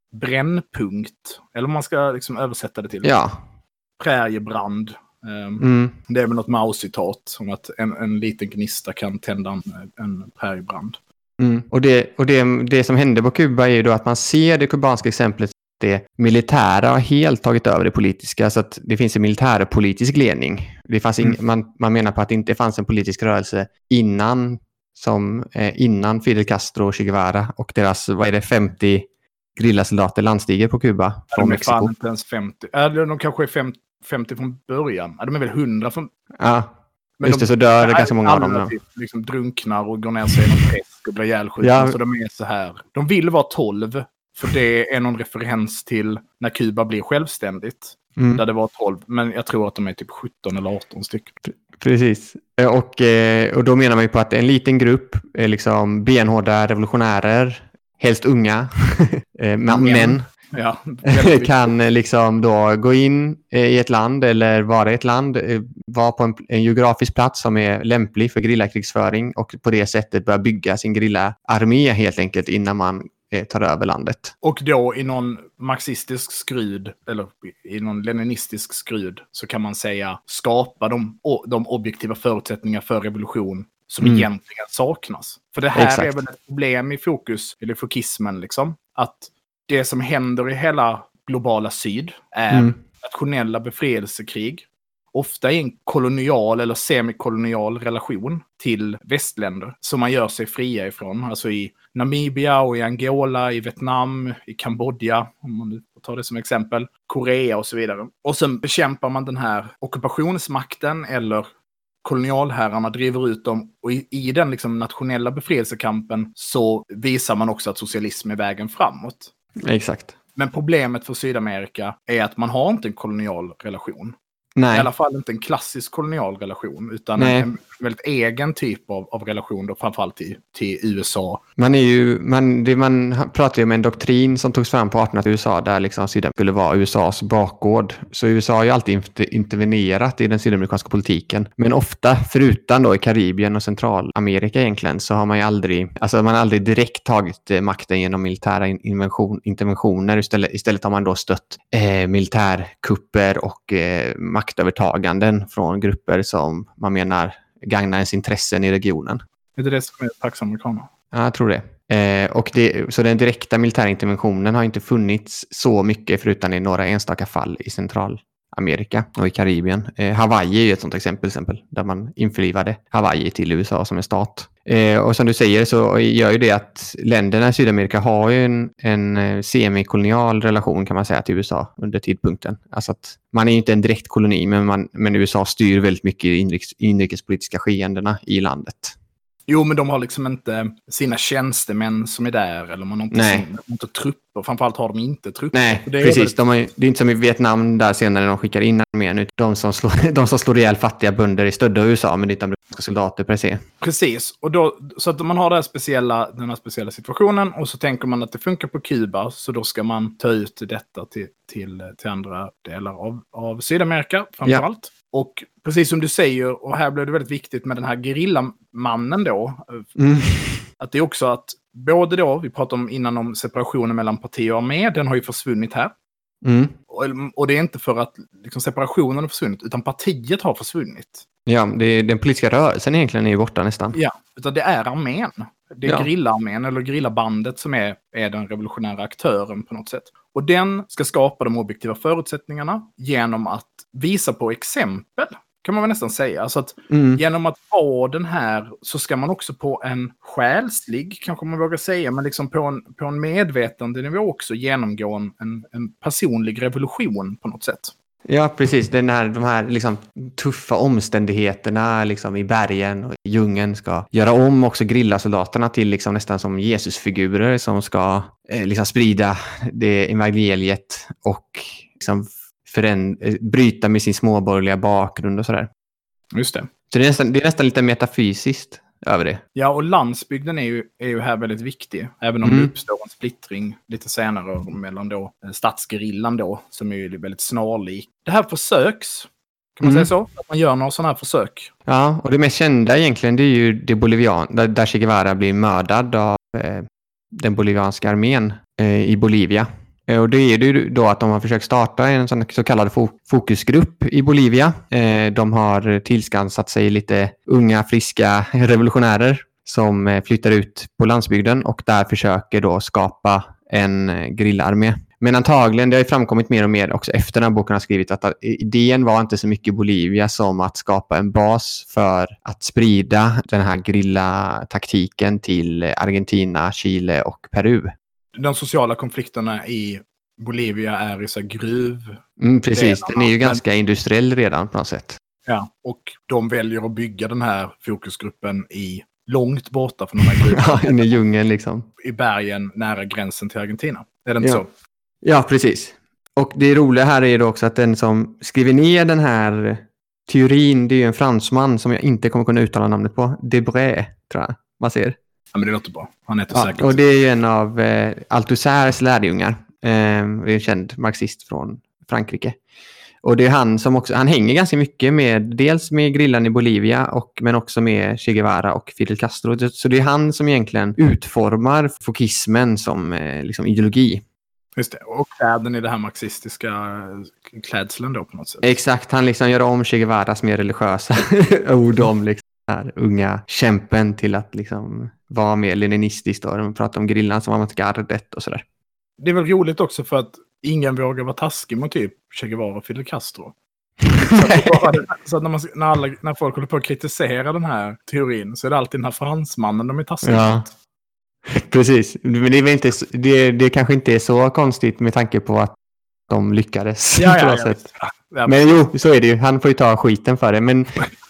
brännpunkt. Eller man ska liksom översätta det till. Ja. Präriebrand. Um, Mm. Det är väl något Mao-citat om att en, en liten gnista kan tända en, en präriebrand. Mm. Och, det, och det, det som hände på Kuba är ju då att man ser det kubanska exemplet, det militära har helt tagit över det politiska, så att det finns en militärpolitisk ledning. Det fanns ing, Mm. man, man menar på att det inte fanns en politisk rörelse innan, som, eh, innan Fidel Castro och Che Guevara och deras, vad är det, femtio grillasoldater landstiger på Kuba från De är Mexiko. fan inte ens femtio. Eller de kanske är femtio, femtio från början. Ja, de är väl hundra från... Ja, Men just de, det, så dör det ganska många av dem. alla Då. typ, liksom drunknar och går ner sig i någon träsk och blir ihjälskjutna. Ja. Så de är så här. De vill vara tolv. För det är någon referens till när Kuba blir självständigt. Mm. Där det var tolv. Men jag tror att de är typ sjutton eller arton stycken. Precis. Och, eh, och då menar man ju på att en liten grupp är liksom benhårda revolutionärer, helst unga, eh, men, män, Ja, väldigt kan eh, liksom då gå in eh, i ett land eller vara i ett land, eh, vara på en, en geografisk plats som är lämplig för grillakrigsföring och på det sättet börja bygga sin grillaarmé helt enkelt innan man eh, tar över landet. Och då i någon marxistisk skrud, eller i någon leninistisk skrud, så kan man säga skapa de, de objektiva förutsättningar för revolution som Mm. egentligen saknas. För det här Exakt. är väl ett problem i fokus, eller fokismen liksom, att det som händer i hela globala syd är Mm. nationella befrielsekrig, ofta i en kolonial eller semikolonial relation till västländer som man gör sig fria ifrån. Alltså i Namibia och i Angola, i Vietnam, i Kambodja, om man nu tar det som exempel, Korea och så vidare. Och sen bekämpar man den här ockupationsmakten eller kolonialherrarna driver ut dem, och i, i den liksom nationella befrielsekampen så visar man också att socialism är vägen framåt. Exakt. Men problemet för Sydamerika är att man har inte en kolonial relation. Nej. I alla fall inte en klassisk kolonial relation, utan Nej. en, en väldigt egen typ av, av relation, då, framförallt till, till U S A. Man är ju, man, det, man pratar ju om en doktrin som togs fram på artonhundratalet i U S A där liksom Sydamerika skulle vara U S As bakgård. Så U S A har ju alltid inter- intervenerat i den sydamerikanska politiken. Men ofta, förutom då i Karibien och Centralamerika egentligen, så har man ju aldrig, alltså man har aldrig direkt tagit eh, makten genom militära invention, interventioner. Istället, istället har man då stött eh, militärkupper och eh, maktövertaganden från grupper som man menar gagnar ens intressen i regionen. Är det det som är Pax Americana? Ja, jag tror det. Eh, och det. Så den direkta militära interventionen har inte funnits så mycket förutom i några enstaka fall i Centralamerika och i Karibien. Eh, Hawaii är ju ett sånt exempel, exempel där man införlivade Hawaii till U S A som en stat. Eh, och som du säger så gör ju det att länderna i Sydamerika har ju en, en semikolonial relation kan man säga till U S A under tidpunkten. Alltså att man är ju inte en direkt koloni, men, man, men U S A styr väldigt mycket i inrikes, inrikespolitiska skeendena i landet. Jo, men de har liksom inte sina tjänstemän som är där. Eller man har inte, Nej. sina, inte trupper. Framförallt har de inte trupper. Nej, det är precis. väldigt... De har, det är inte som i Vietnam där senare när de skickar in armén. De som slår, de som slår ihjäl fattiga bönder i stödda U S A, men det är inte amerikanska soldater per se. Precis. Och då, så att man har det här speciella, den här speciella situationen och så tänker man att det funkar på Kuba, så då ska man ta ut detta till, till, till andra delar av, av Sydamerika framförallt. Ja. Och precis som du säger, och här blev det väldigt viktigt med den här gerillamannen då, mm. att det är också att både då, vi pratade om innan om separationen mellan parti och armé, den har ju försvunnit här. Mm. Och, och det är inte för att liksom, separationen har försvunnit, utan partiet har försvunnit. Ja, det är, den politiska rörelsen egentligen är ju borta nästan. Ja, utan det är armén. Det är ja. gerillaarmén eller gerillabandet som är, är den revolutionära aktören på något sätt. Och den ska skapa de objektiva förutsättningarna genom att visa på exempel, kan man väl nästan säga. Alltså att mm. genom att ha den här så ska man också på en själslig, kanske man vågar säga, men liksom på en, på en medvetande nivå också genomgå en, en, en personlig revolution på något sätt. Ja, precis. Den här, de här liksom, tuffa omständigheterna liksom, i bergen och i djungeln ska göra om också grillasoldaterna till liksom, nästan som Jesusfigurer som ska eh, liksom, sprida det evangeliet och liksom, föränd- bryta med sin småborgerliga bakgrund och sådär. Just det. Så det är nästan, det är nästan lite metafysiskt över det. Ja, och landsbygden är ju, är ju här väldigt viktig. Även om mm. det uppstår en splittring lite senare mellan då stadsgerillan då, som är ju väldigt snarlik. Det här försöks, kan man mm. säga så? Att man gör några sådana här försök. Ja, och det mest kända egentligen det är ju det Bolivian, där, där Che Guevara blir mördad av eh, den bolivianska armén eh, i Bolivia. Och det är det då att de har försökt starta en sån så kallad fokusgrupp i Bolivia. De har tillskansat sig lite unga, friska revolutionärer som flyttar ut på landsbygden och där försöker då skapa en gerillaarmé. Men antagligen, det har ju framkommit mer och mer också efter den här boken har skrivit att idén var inte så mycket Bolivia som att skapa en bas för att sprida den här gerillataktiken till Argentina, Chile och Peru. De sociala konflikterna i Bolivia är i så gruv. Mm, precis, den är ju ganska men... industriell redan på något sätt. Ja, och de väljer att bygga den här fokusgruppen i långt borta från de här gruvorna. Ja, inne i djungeln liksom. I bergen nära gränsen till Argentina. Är det inte ja. så? Ja, precis. Och det roliga här är då också att den som skriver ner den här teorin, det är ju en fransman som jag inte kommer kunna uttala namnet på. Debré, tror jag. Vad säger? Ja, men det låter bra. Han heter ja, säkert. Och det är ju en av eh, Althusser's lärjungar. Eh, det är en känd marxist från Frankrike. Och det är han som också, han hänger ganska mycket med, dels med grillan i Bolivia och, men också med Che Guevara och Fidel Castro. Så det är han som egentligen utformar fokismen som eh, liksom ideologi. Just det, och kläden i det här marxistiska klädseln då på något sätt. Exakt, han liksom gör om Che Guevaras mer religiösa ord om liksom här unga kämpen till att liksom vara mer leninistisk då. De pratar om grillan som avantgardet och sådär. Det är väl roligt också för att ingen vågar vara taskig mot typ Che Guevara och Fidel Castro. så att, bara, så att när, man, när, alla, när folk håller på att kritisera den här teorin så är det alltid den här fransmannen de är taskiga ja. mot. Precis, men det är, väl inte, det, det kanske inte är så konstigt med tanke på att de lyckades ja, på ja, något ja, sätt. Ja, ja, men jo, så är det ju. Han får ju ta skiten för det. Men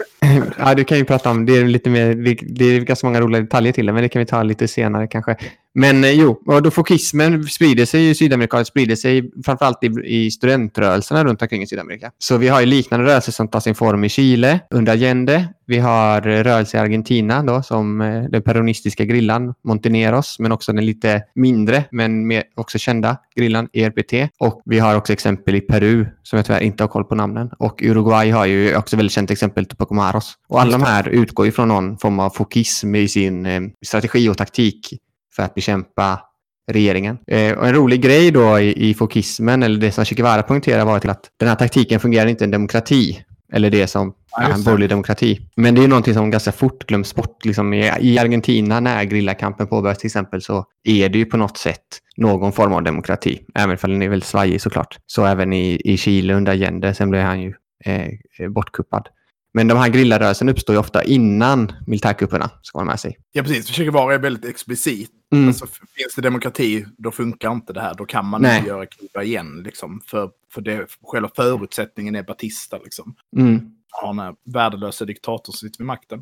ja, du kan ju prata om det är lite mer, det, det är ganska många roliga detaljer till det, men det kan vi ta lite senare kanske. Men jo, och då fokismen sprider sig i Sydamerika, sprider sig framförallt i, i studentrörelserna runt omkring i Sydamerika. Så vi har ju liknande rörelser som tar sin form i Chile under Allende. Vi har rörelser i Argentina då, som den peronistiska grillan Montoneros, men också den lite mindre men mer också kända grillan E R P T. Och vi har också exempel i Peru som jag tyvärr inte har koll på namnen. Och Uruguay har ju också väldigt känt exempel Tupac Amaros. Och alla de här utgår ju från någon form av fokism i sin eh, strategi och taktik för att bekämpa regeringen. Eh, och en rolig grej då i, i fokismen, eller det som Che Guevara poängterar, var till att den här taktiken fungerar inte en demokrati. Eller det som ja, är en borgerlig demokrati. Men det är ju någonting som ganska fort glöms bort. Liksom i, I Argentina när grillakampen påbörjas till exempel så är det ju på något sätt någon form av demokrati. Även om den är väldigt svajig såklart. Så även i, i Chile under Allende, sen blev han ju eh, bortkuppad. Men de här grillarrörelsen uppstår ju ofta innan militärkupperna, ska man med sig. Ja, precis. Försöker vara väldigt explicit. Mm. Alltså, finns det demokrati, då funkar inte det här. Då kan man Nej. inte göra Kuba igen. Liksom, för för det, själva förutsättningen är Batista. Liksom. Mm. Han är värdelösa diktator som sitter vid makten.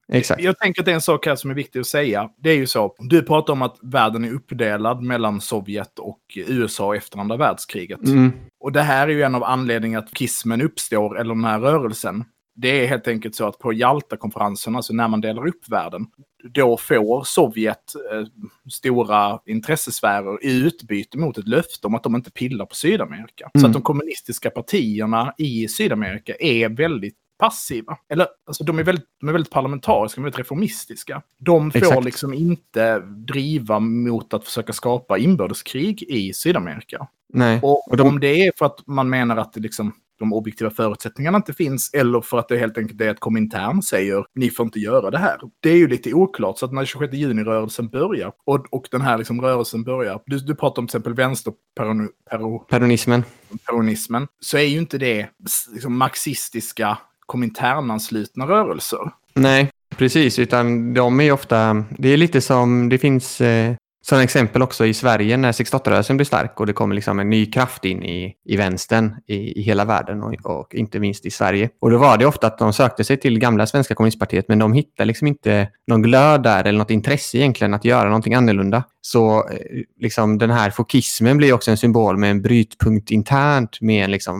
Exakt. Jag tänker att det är en sak här som är viktig att säga. Det är ju så, du pratar om att världen är uppdelad mellan Sovjet och U S A efter andra världskriget. Mm. Och det här är ju en av anledningarna att kismen uppstår, eller den här rörelsen. Det är helt enkelt så att på Jalta-konferensen, alltså när man delar upp världen, då får Sovjet eh, stora intressesfärer i utbyte mot ett löfte om att de inte pillar på Sydamerika. Mm. Så att de kommunistiska partierna i Sydamerika är väldigt passiva. Eller, alltså de är väldigt, de är väldigt parlamentariska, de är väldigt reformistiska. De får Exakt. liksom inte driva mot att försöka skapa inbördeskrig i Sydamerika. Nej. Och, Och de- om det är för att man menar att det liksom, de objektiva förutsättningarna inte finns, eller för att det helt enkelt är att Komintern säger ni får inte göra det här. Det är ju lite oklart, så att när tjugosjätte juni-rörelsen börjar, och, och den här liksom rörelsen börjar, du, du pratar om till exempel vänsterperonismen, Peronismen. peronismen, så är ju inte det liksom marxistiska Kominternanslutna rörelser. Nej, precis. Utan de är ofta... Det är lite som... Det finns eh, sådana exempel också i Sverige när sextioåtta-rörelsen blir stark och det kommer liksom en ny kraft in i, i vänstern i, i hela världen och, och inte minst i Sverige. Och då var det ofta att de sökte sig till gamla svenska kommunistpartiet, men de hittade liksom inte någon glöd där eller något intresse egentligen att göra någonting annorlunda. Så eh, liksom den här fokismen blir också en symbol med en brytpunkt internt med en liksom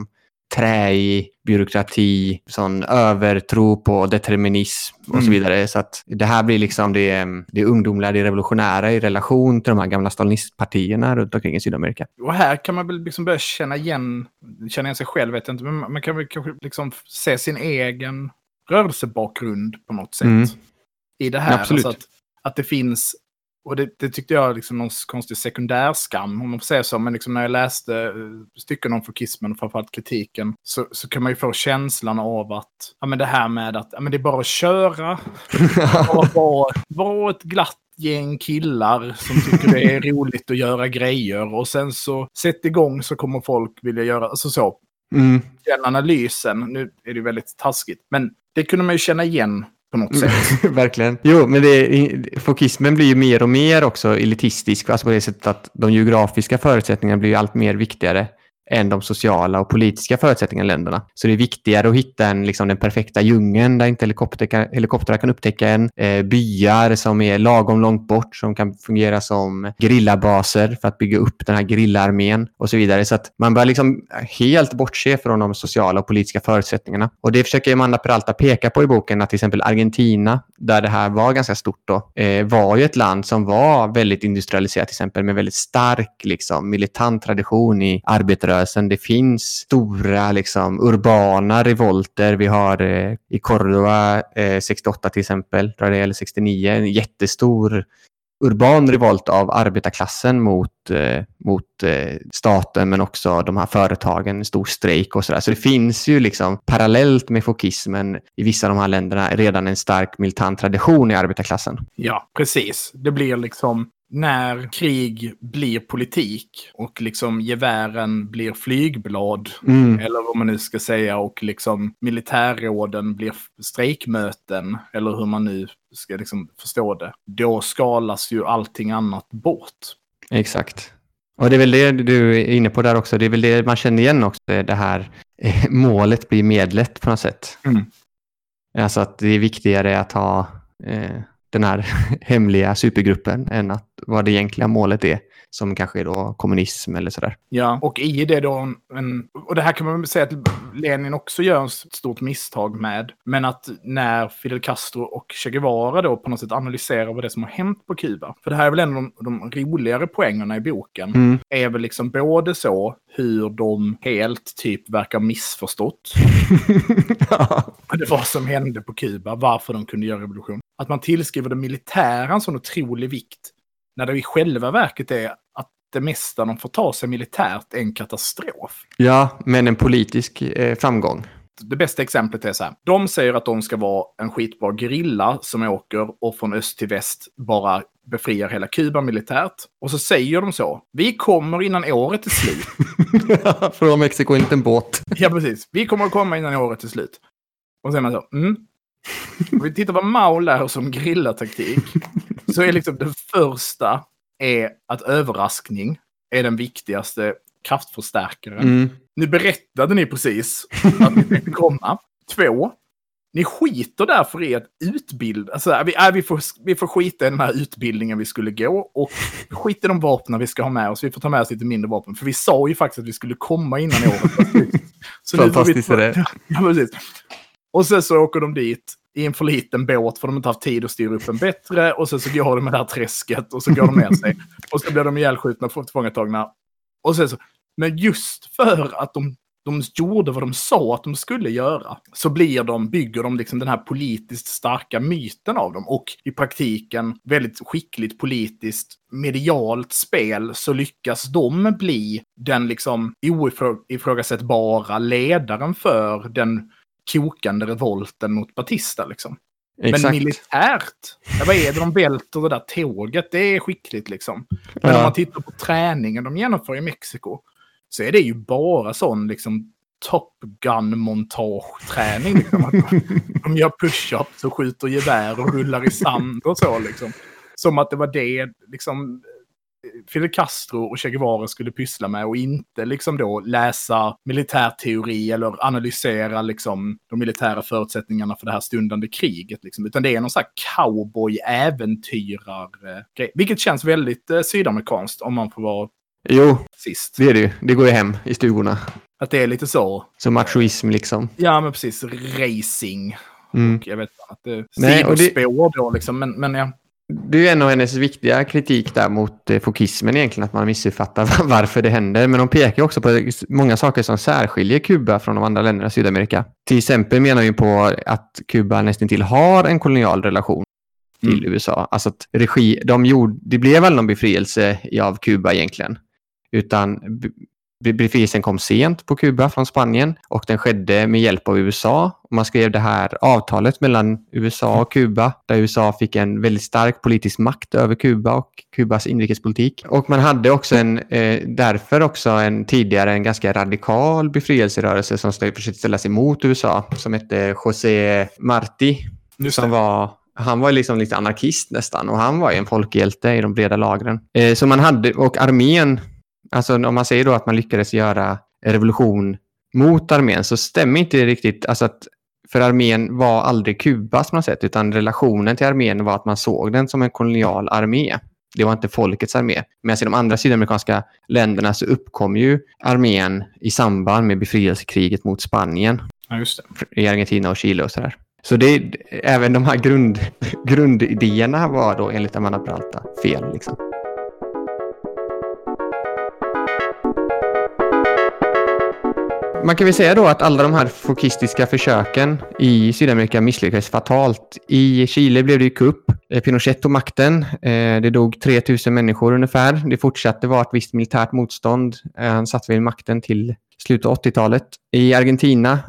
träig byråkrati, sån övertro på determinism och Mm. så vidare. Så att det här blir liksom det, det ungdomliga, det revolutionära i relation till de här gamla stalinistpartierna runt omkring i Sydamerika. Och här kan man väl liksom börja känna igen, känna igen sig själv, vet jag inte, men man kan väl kanske liksom se sin egen rörelsebakgrund på något sätt Mm. i det här. Absolut. Alltså att, att det finns, och det, det tyckte jag liksom någon konstig sekundärskam, om man får säga så, men liksom när jag läste eh, stycken om fokismen och framförallt kritiken, så, så kan man ju få känslan av att, ja men det här med att, ja men det är bara att köra, bara vara, vara ett glatt gäng killar som tycker det är roligt att göra grejer, och sen så sätt igång så kommer folk vilja göra, alltså så. Mm. Den analysen, nu är det väldigt taskigt, men det kunde man ju känna igen på något sätt. Verkligen. Jo, men det, fokismen blir ju mer och mer också elitistisk, alltså på det sättet att de geografiska förutsättningarna blir ju allt mer viktigare än de sociala och politiska förutsättningarna i länderna. Så det är viktigare att hitta en, liksom, den perfekta djungeln där inte helikopter kan, helikoptrar kan upptäcka en. Eh, byar som är lagom långt bort som kan fungera som gerillabaser för att bygga upp den här gerillaarmén och så vidare. Så att man bör liksom helt bortse från de sociala och politiska förutsättningarna. Och det försöker Amanda Peralta peka på i boken, att till exempel Argentina, där det här var ganska stort då, eh, var ju ett land som var väldigt industrialiserat till exempel, med väldigt stark liksom, militant tradition i arbetarrörelsen. Det finns stora liksom, urbana revolter. Vi har eh, i Córdoba eh, sextioåtta till exempel, tror jag det, eller sextionio, en jättestor urban revolt av arbetarklassen mot, eh, mot eh, staten, men också de här företagen, stor strejk och sådär. Så det finns ju liksom parallellt med fokismen i vissa av de här länderna redan en stark militant tradition i arbetarklassen. Ja, precis. Det blir liksom, när krig blir politik och liksom gevären blir flygblad, Mm. eller vad man nu ska säga, och liksom militärråden blir strejkmöten, eller hur man nu ska liksom förstå det, då skalas ju allting annat bort. Exakt. Och det är väl det du är inne på där också. Det är väl det man känner igen också. Det här eh, målet blir medlet på något sätt. Mm. Alltså att det är viktigare att ha eh, den här hemliga supergruppen än att vad det egentliga målet är, som kanske är då kommunism eller sådär. Ja, och i det då en, en, och det här kan man väl säga att Lenin också gör ett stort misstag med, men att när Fidel Castro och Che Guevara då på något sätt analyserar vad det är som har hänt på Kuba, för det här är väl en av de, de roligare poängerna i boken, Mm. är väl liksom både så hur de helt typ verkar missförstått Ja. det vad som hände på Kuba, varför de kunde göra revolution. Att man tillskriver det militära en sån otrolig vikt, när det i själva verket är att det mesta de får ta sig militärt är en katastrof. Ja, men en politisk eh, framgång. Det bästa exemplet är så här. De säger att de ska vara en skitbra gerilla som åker och från öst till väst bara befriar hela Kuba militärt. Och så säger de så. Vi kommer innan året är slut. Från Mexiko, inte en båt. Ja, precis. Vi kommer att komma innan året är slut. Och så säger man så. Mm. Om vi tittar vad Mao lär oss om gerillataktik, så är liksom det första är att överraskning är den viktigaste kraftförstärkaren. Mm. Nu berättade ni precis att ni tänkte komma. Två, ni skiter därför i att utbilda. Alltså, vi, äh, vi, får, vi får skita i den här utbildningen vi skulle gå och skita i de vapnen vi ska ha med oss. Vi får ta med oss lite mindre vapen. För vi sa ju faktiskt att vi skulle komma innan året. Så fantastiskt är det. Ja, precis. Och sen så åker de dit i en för liten båt för de inte haft tid att styra upp en bättre. Och sen så går de med det här träsket och så går de med sig. Och så blir de ihjälskjutna och tillfångatagna. Och sen så, men just för att de de gjorde vad de sa att de skulle göra, så blir de, bygger de liksom den här politiskt starka myten av dem. Och i praktiken, väldigt skickligt politiskt, medialt spel, så lyckas de bli den liksom oifrågasättbara ledaren för den kokande revolten mot Batista liksom. Exakt. Men militärt, ja, vad är det de välter det där tåget? Det är skickligt liksom. Men ja. Om man tittar på träningen de genomför i Mexiko, så är det ju bara sån liksom Top Gun-montage-träning. Liksom. Att de, de gör push-ups och skjuter gevär och rullar i sand och så. Liksom. Som att det var det liksom, Fidel Castro och Che Guevara skulle pyssla med och inte liksom då läsa militärteori eller analysera liksom de militära förutsättningarna för det här stundande kriget. Liksom. Utan det är någon sån här cowboy-äventyrar-grej. Vilket känns väldigt eh, sydamerikanskt om man får vara Jo, sist. Det är det ju. Det går ju hem i stugorna. Att det är lite så. Som machoism liksom. Ja, men precis. Racing. Mm. Och jag vet att det Nej, och det, spår då liksom. Men, men ja. Det är ju en av hennes viktiga kritik där mot eh, fokismen egentligen. Att man missuppfattar varför det händer. Men de pekar också på många saker som särskiljer Kuba från de andra länderna i Sydamerika. Till exempel menar vi på att Kuba nästan till har en kolonial relation till mm. U S A. Alltså att regi, de gjorde, det blev väl någon befrielse av Kuba egentligen. Utan befrielsen kom sent på Kuba från Spanien och den skedde med hjälp av U S A. Och man skrev det här avtalet mellan U S A och Kuba där U S A fick en väldigt stark politisk makt över Kuba och Kubas inrikespolitik. Och man hade också en, eh, därför också en tidigare en ganska radikal befrielserörelse som försökte ställa sig mot U S A som hette José Martí. Som var... Han var liksom lite anarkist nästan och han var ju en folkhjälte i de breda lagren. Eh, så man hade, och armén, alltså om man säger då att man lyckades göra revolution mot armén så stämmer inte det riktigt. Alltså att, för armén var aldrig Kubas på något sätt utan relationen till armén var att man såg den som en kolonial armé. Det var inte folkets armé. Men i de andra sydamerikanska länderna så uppkom ju armén i samband med befrielsekriget mot Spanien. Ja, just det. I Argentina och Chile och sådär. Så det, även de här grund, grundidéerna var då enligt Amanda Peralta fel liksom. Man kan väl säga då att alla de här fokistiska försöken i Sydamerika misslyckades fatalt. I Chile blev det ju kupp. Pinochet tog makten. Det dog tre tusen människor ungefär. Det fortsatte vara ett visst militärt motstånd. Han satt vid makten till slutet av åttiotalet. I Argentina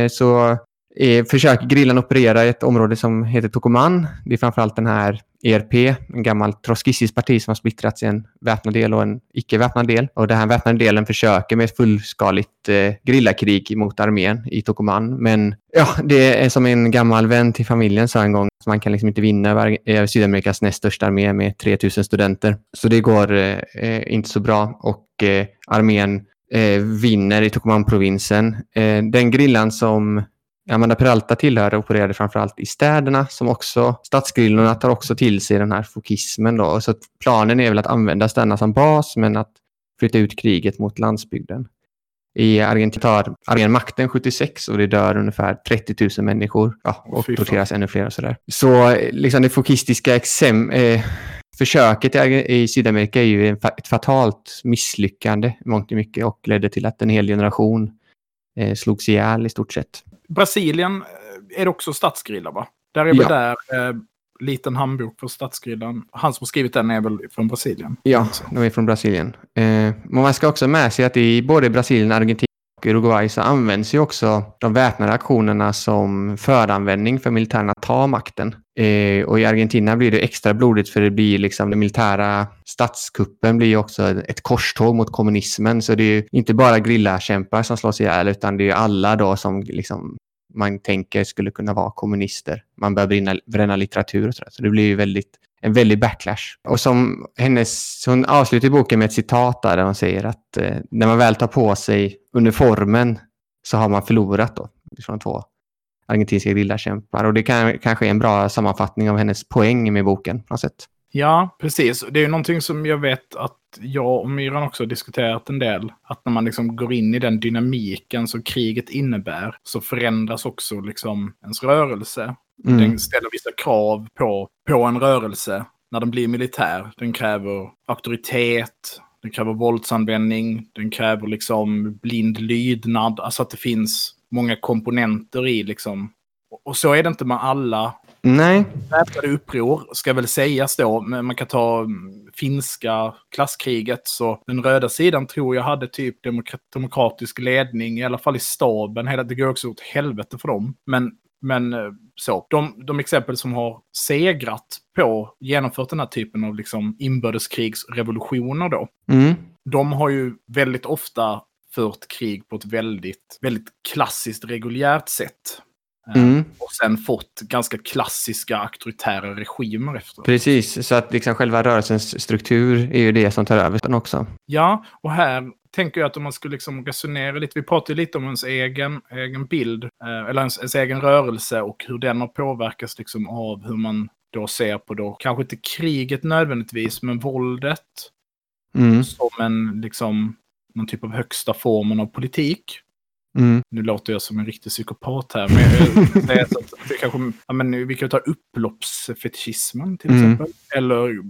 så Eh, försöker grillan operera i ett område som heter Tucumán. Det är framförallt den här E R P, en gammal trotskistisk parti som har splittrats i en väpnad del och en icke-väpnad del. Och den här väpnade delen försöker med ett fullskaligt eh, grillakrig mot armén i Tucumán. Men ja, det är som en gammal vän till familjen sa en gång. Så man kan liksom inte vinna över eh, Sydamerikas näst största armé med tre tusen studenter. Så det går eh, inte så bra. Och eh, armén eh, vinner i Tucumán-provinsen. Eh, den grillan som Amanda Peralta tillhör opererade framförallt i städerna som också, stadsgrillorna tar också till sig den här fokismen då. Så planen är väl att använda städerna som bas men att flytta ut kriget mot landsbygden. I Argentina tar armén makten sjuttiosex och det dör ungefär trettio tusen människor. Ja, och torteras ännu fler och sådär. Så liksom det fokistiska exem, eh, försöket i, i Sydamerika är ju ett fatalt misslyckande mångt och mycket och ledde till att en hel generation eh, slogs ihjäl i stort sett. Brasilien är det också stadsgrillar, va? Där är väl ja. där eh, liten handbok på stadsgrillan. Han som har skrivit den är väl från Brasilien? Ja, de är från Brasilien. Eh, men man ska också med sig att i både Brasilien, Argentina och Uruguay så används ju också de väpnade aktionerna som föranvändning för militärerna att ta makten. Eh, och i Argentina blir det extra blodigt för det blir liksom den militära statskuppen blir ju också ett korståg mot kommunismen. Så det är ju inte bara grillakämpar som slås ihjäl utan det är ju alla då som liksom man tänker skulle kunna vara kommunister. Man börjar brinna, bränna litteratur och sådär. Så det blir ju väldigt, en väldig backlash. Och som hennes, hon avslutar boken med ett citat där hon säger att eh, när man väl tar på sig uniformen så har man förlorat då. Från två argentinska gerillakämpar. Och det kan, kanske är en bra sammanfattning av hennes poäng med boken på något sätt. Ja, precis. Det är ju någonting som jag vet att jag och Myran också har diskuterat en del. Att när man liksom går in i den dynamiken som kriget innebär så förändras också liksom ens rörelse. Mm. Den ställer vissa krav på, på en rörelse när den blir militär. Den kräver auktoritet, den kräver våldsanvändning, den kräver liksom blind lydnad. Alltså att det finns många komponenter i liksom. Och så är det inte med alla. Nej. Väpnade uppror ska väl sägas då, men man kan ta finska klasskriget, så den röda sidan tror jag hade typ demokrat- demokratisk ledning, i alla fall i staben. Hela, det går också åt helvete för dem. Men, men så, de, de exempel som har segrat på, genomfört den här typen av liksom inbördeskrigsrevolutioner då, mm. de har ju väldigt ofta fört krig på ett väldigt, väldigt klassiskt reguljärt sätt. Mm. Och sen fått ganska klassiska auktoritära regimer efter. Precis, så att liksom själva rörelsens struktur är ju det som tar över den också. Ja, och här tänker jag att om man skulle liksom resonera lite, vi pratar ju lite om ens egen, egen bild, eller ens, ens egen rörelse och hur den har påverkats liksom av hur man då ser på då, kanske inte kriget nödvändigtvis, men våldet mm. som en liksom, någon typ av högsta formen av politik. Mm. Nu låter jag som en riktig psykopat här, men jag säger att det kanske, ja, men vi kan ta upploppsfetischismen till exempel, mm. eller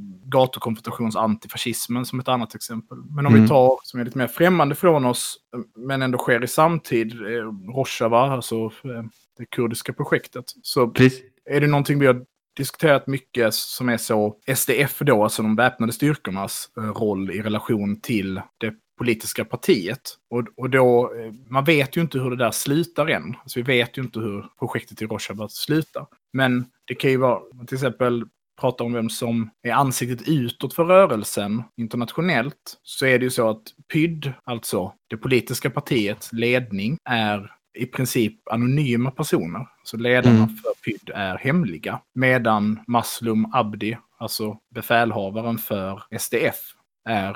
gatukonfrontations-antifascismen som ett annat exempel. Men om mm. vi tar, som är lite mer främmande från oss, men ändå sker i samtid, Rojava, alltså det kurdiska projektet, så Precis. Är det någonting vi har diskuterat mycket som är så S D F då, alltså de väpnade styrkornas roll i relation till det politiska partiet. Och, och då, man vet ju inte hur det där slutar än. Alltså vi vet ju inte hur projektet i Rojava slutar. Men det kan ju vara, till exempel prata om vem som är ansiktet utåt för rörelsen internationellt, så är det ju så att P Y D, alltså det politiska partiets ledning, är i princip anonyma personer. Så ledarna mm. för P Y D är hemliga. Medan Maslum Abdi, alltså befälhavaren för S D F, är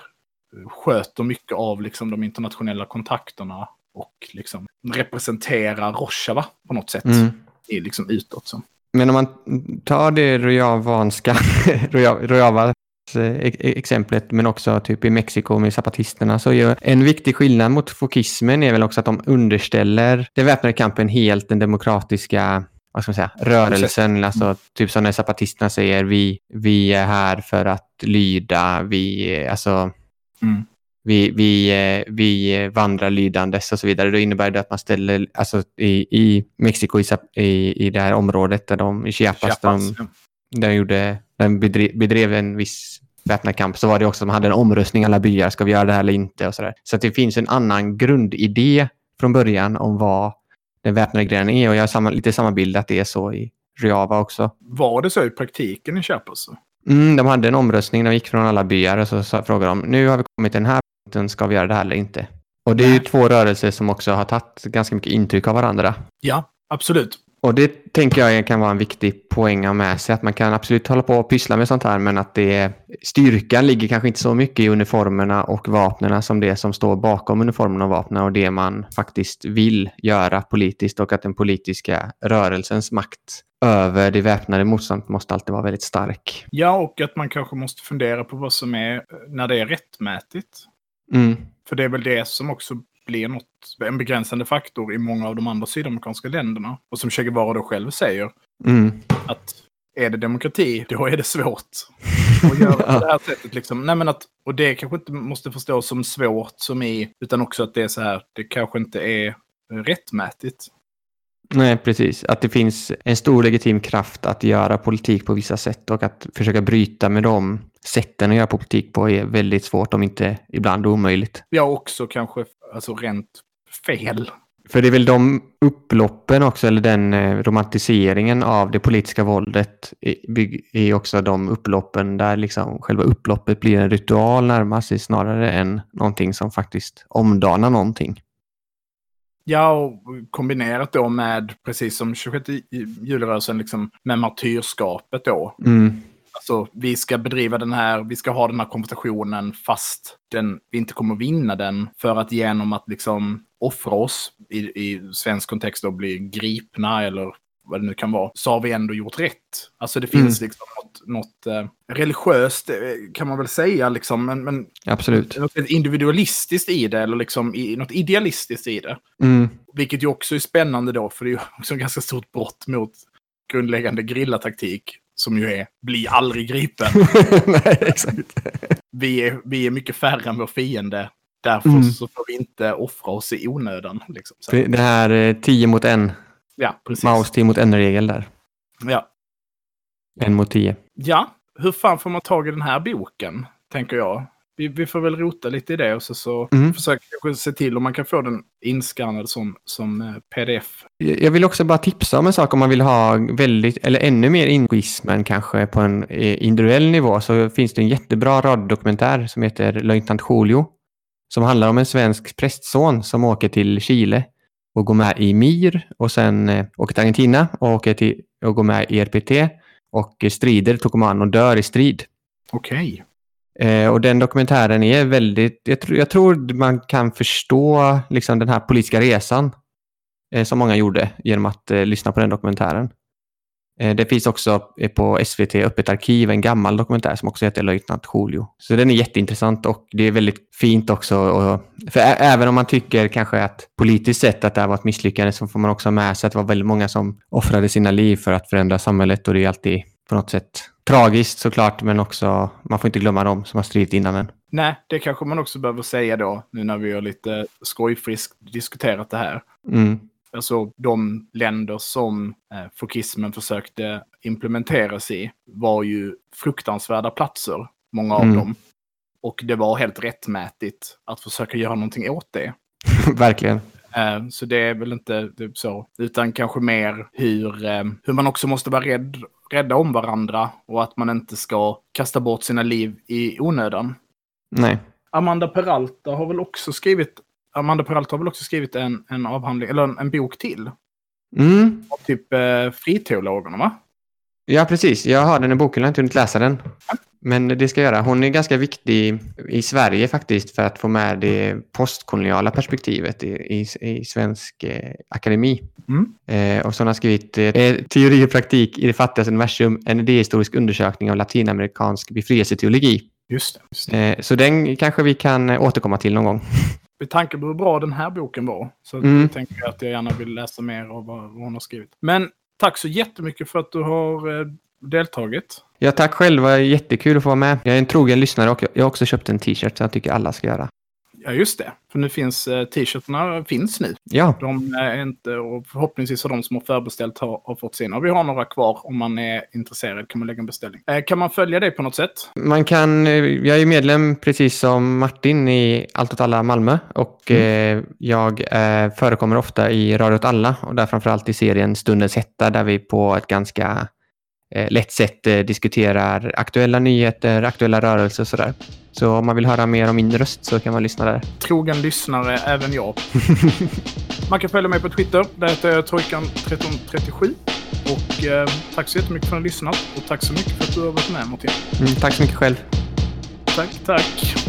sköter mycket av liksom de internationella kontakterna och liksom representerar Rojava på något sätt mm. i liksom utåt. Så. Men om man tar det rojavanska Rojava exemplet, men också typ i Mexiko med zapatisterna, så är en viktig skillnad mot fokismen är väl också att de underställer den väpnade kampen helt den demokratiska, vad ska man säga, rörelsen. Mm. Alltså typ som när zapatisterna säger vi, vi är här för att lyda, vi, alltså Mm. Vi, vi, vi vandrar lydandes och så vidare. Då innebär det att man ställer, alltså i, i Mexiko, i, i, i det här området där de, i Chiapas, Chiapas där de, ja. där de, gjorde, där de bedrev, bedrev en viss väpnad kamp, så var det också att de hade en omröstning, alla byar, ska vi göra det här eller inte och sådär. Så att det finns en annan grundidé från början om vad den väpnade grejen är, och jag har samma, lite samma bild att det är så i Rojava också. Var det så i praktiken i Chiapas? Mm, de hade en omröstning, de gick från alla byar och så, så frågade de, nu har vi kommit till den här punkten, ska vi göra det här eller inte? Och det är ju två rörelser som också har tagit ganska mycket intryck av varandra. Ja, absolut. Och det tänker jag kan vara en viktig poäng att med sig, att man kan absolut hålla på och pyssla med sånt här, men att det, styrkan ligger kanske inte så mycket i uniformerna och vapnena som det som står bakom uniformerna och vapnen, och det man faktiskt vill göra politiskt, och att den politiska rörelsens makt över det väpnade motståndet måste alltid vara väldigt stark. Ja, och att man kanske måste fundera på vad som är, när det är rättmätigt. Mm. För det är väl det som också blir något, en begränsande faktor i många av de andra sydamerikanska länderna. Och som Che Guevara då själv säger, mm. att är det demokrati, då är det svårt att göra på det här sättet. Liksom. Nej, men att, och det kanske inte måste förstås som svårt som i, utan också att det är så här, det kanske inte är rättmätigt. Nej, precis. Att det finns en stor legitim kraft att göra politik på vissa sätt, och att försöka bryta med de sätten att göra politik på är väldigt svårt, om inte ibland omöjligt. Ja, också kanske alltså rent fel. För det är väl de upploppen också, eller den romantiseringen av det politiska våldet är också de upploppen där liksom själva upploppet blir en ritual närmast, snarare än någonting som faktiskt omdanar någonting. Ja, och kombinerat då med, precis som tjugosjätte julrörelsen, liksom, med martyrskapet då. Mm. Alltså, vi ska bedriva den här, vi ska ha den här konfrontationen fast den, vi inte kommer vinna den, för att genom att liksom offra oss i, i svensk kontext och bli gripna eller vad det nu kan vara, så har vi ändå gjort rätt. Alltså det finns mm. liksom något, något eh, religiöst kan man väl säga liksom, men, men absolut. Något individualistiskt i det eller liksom i, något idealistiskt i det. Mm. Vilket ju också är spännande då, för det är ju också en ganska stort brott mot grundläggande grillataktik som ju är bli aldrig gripen. Nej, exakt. Vi är, vi är mycket färre än vår fiende. Därför mm. så får vi inte offra oss i onödan. Liksom. Så. Det här eh, tio mot en. Ja, precis. Maus tio mot en-regel där. Ja. En mot tio. Ja, hur fan får man tag i den här boken, tänker jag. Vi, vi får väl rota lite i det och så, så mm. försöka se till om man kan få den inskannad som, som P D F. Jag vill också bara tipsa om en sak om man vill ha väldigt, eller ännu mer inquismen kanske på en individuell nivå, så finns det en jättebra radiodokumentär som heter Löjtnant Julio som handlar om en svensk prästson som åker till Chile och går med i M I R och sen eh, åker till Argentina och, åker till, och går med i R P T och strider Tucumán och dör i strid. Okej. Eh, och den dokumentären är väldigt, jag, tr- jag tror man kan förstå liksom den här politiska resan eh, som många gjorde genom att eh, lyssna på den dokumentären. Eh, det finns också eh, på S V T Öppet arkiv en gammal dokumentär som också heter Löjtnant Julio. Så den är jätteintressant och det är väldigt fint också. Och, för ä- även om man tycker kanske att politiskt sett att det här var ett misslyckande, så får man också ha med sig att det var väldigt många som offrade sina liv för att förändra samhället, och det är alltid på något sätt tragiskt såklart, men också man får inte glömma dem som har stridit innan än. Nej, det kanske man också behöver säga då, nu när vi har lite skojfriskt diskuterat det här. Mm. Alltså de länder som eh, fokismen försökte implementeras i var ju fruktansvärda platser, många av mm. dem. Och det var helt rättmätigt att försöka göra någonting åt det. Verkligen. Eh, så det är väl inte typ så, utan kanske mer hur, eh, hur man också måste vara rädd, rädda om varandra och att man inte ska kasta bort sina liv i onödan. Nej. Amanda Peralta har väl också skrivit Amanda Peralta har väl också skrivit en, en avhandling, eller en, en bok till. Mm. Om typ eh, friteologerna, va? Ja, precis. Jag har den i boken, jag har inte hunnit läsa den. Ja. Men det ska jag göra. Hon är ganska viktig i Sverige faktiskt för att få med det postkoloniala perspektivet i, i, i svensk eh, akademi. Mm. Eh, och så har hon skrivit eh, Teori och praktik i det fattigaste universum, en idéhistorisk undersökning av latinamerikansk befrielseteologi. Just det. Just det. Eh, så den kanske vi kan återkomma till någon gång. Med tanke på hur bra den här boken var, så mm. jag tänker att jag gärna vill läsa mer av vad hon har skrivit. Men tack så jättemycket för att du har eh, deltagit. Ja, tack själv. Det var jättekul att få vara med. Jag är en trogen lyssnare och jag har också köpt en t-shirt så jag tycker alla ska göra. Ja, just det. För nu finns eh, t-shirtarna finns nu. Ja. De är inte, och förhoppningsvis har de som har förbeställt har, har fått sin. Och vi har några kvar. Om man är intresserad kan man lägga en beställning. Eh, kan man följa dig på något sätt? Man kan, jag är medlem precis som Martin i Allt åt alla Malmö. Och mm. eh, jag eh, förekommer ofta i Radio åt alla. Och där framförallt i serien Stundens hetta, där vi på ett ganska eh, lätt sätt eh, diskuterar aktuella nyheter, aktuella rörelser och sådär. Så om man vill höra mer om min röst så kan man lyssna där. Trogen lyssnare, även jag. Man kan följa mig på Twitter. Där heter jag Trojkan tretton trettiosju. Och eh, tack så jättemycket för att ni har lyssnat. Och tack så mycket för att du har varit med, Martin. Mm, tack så mycket själv. Tack, tack.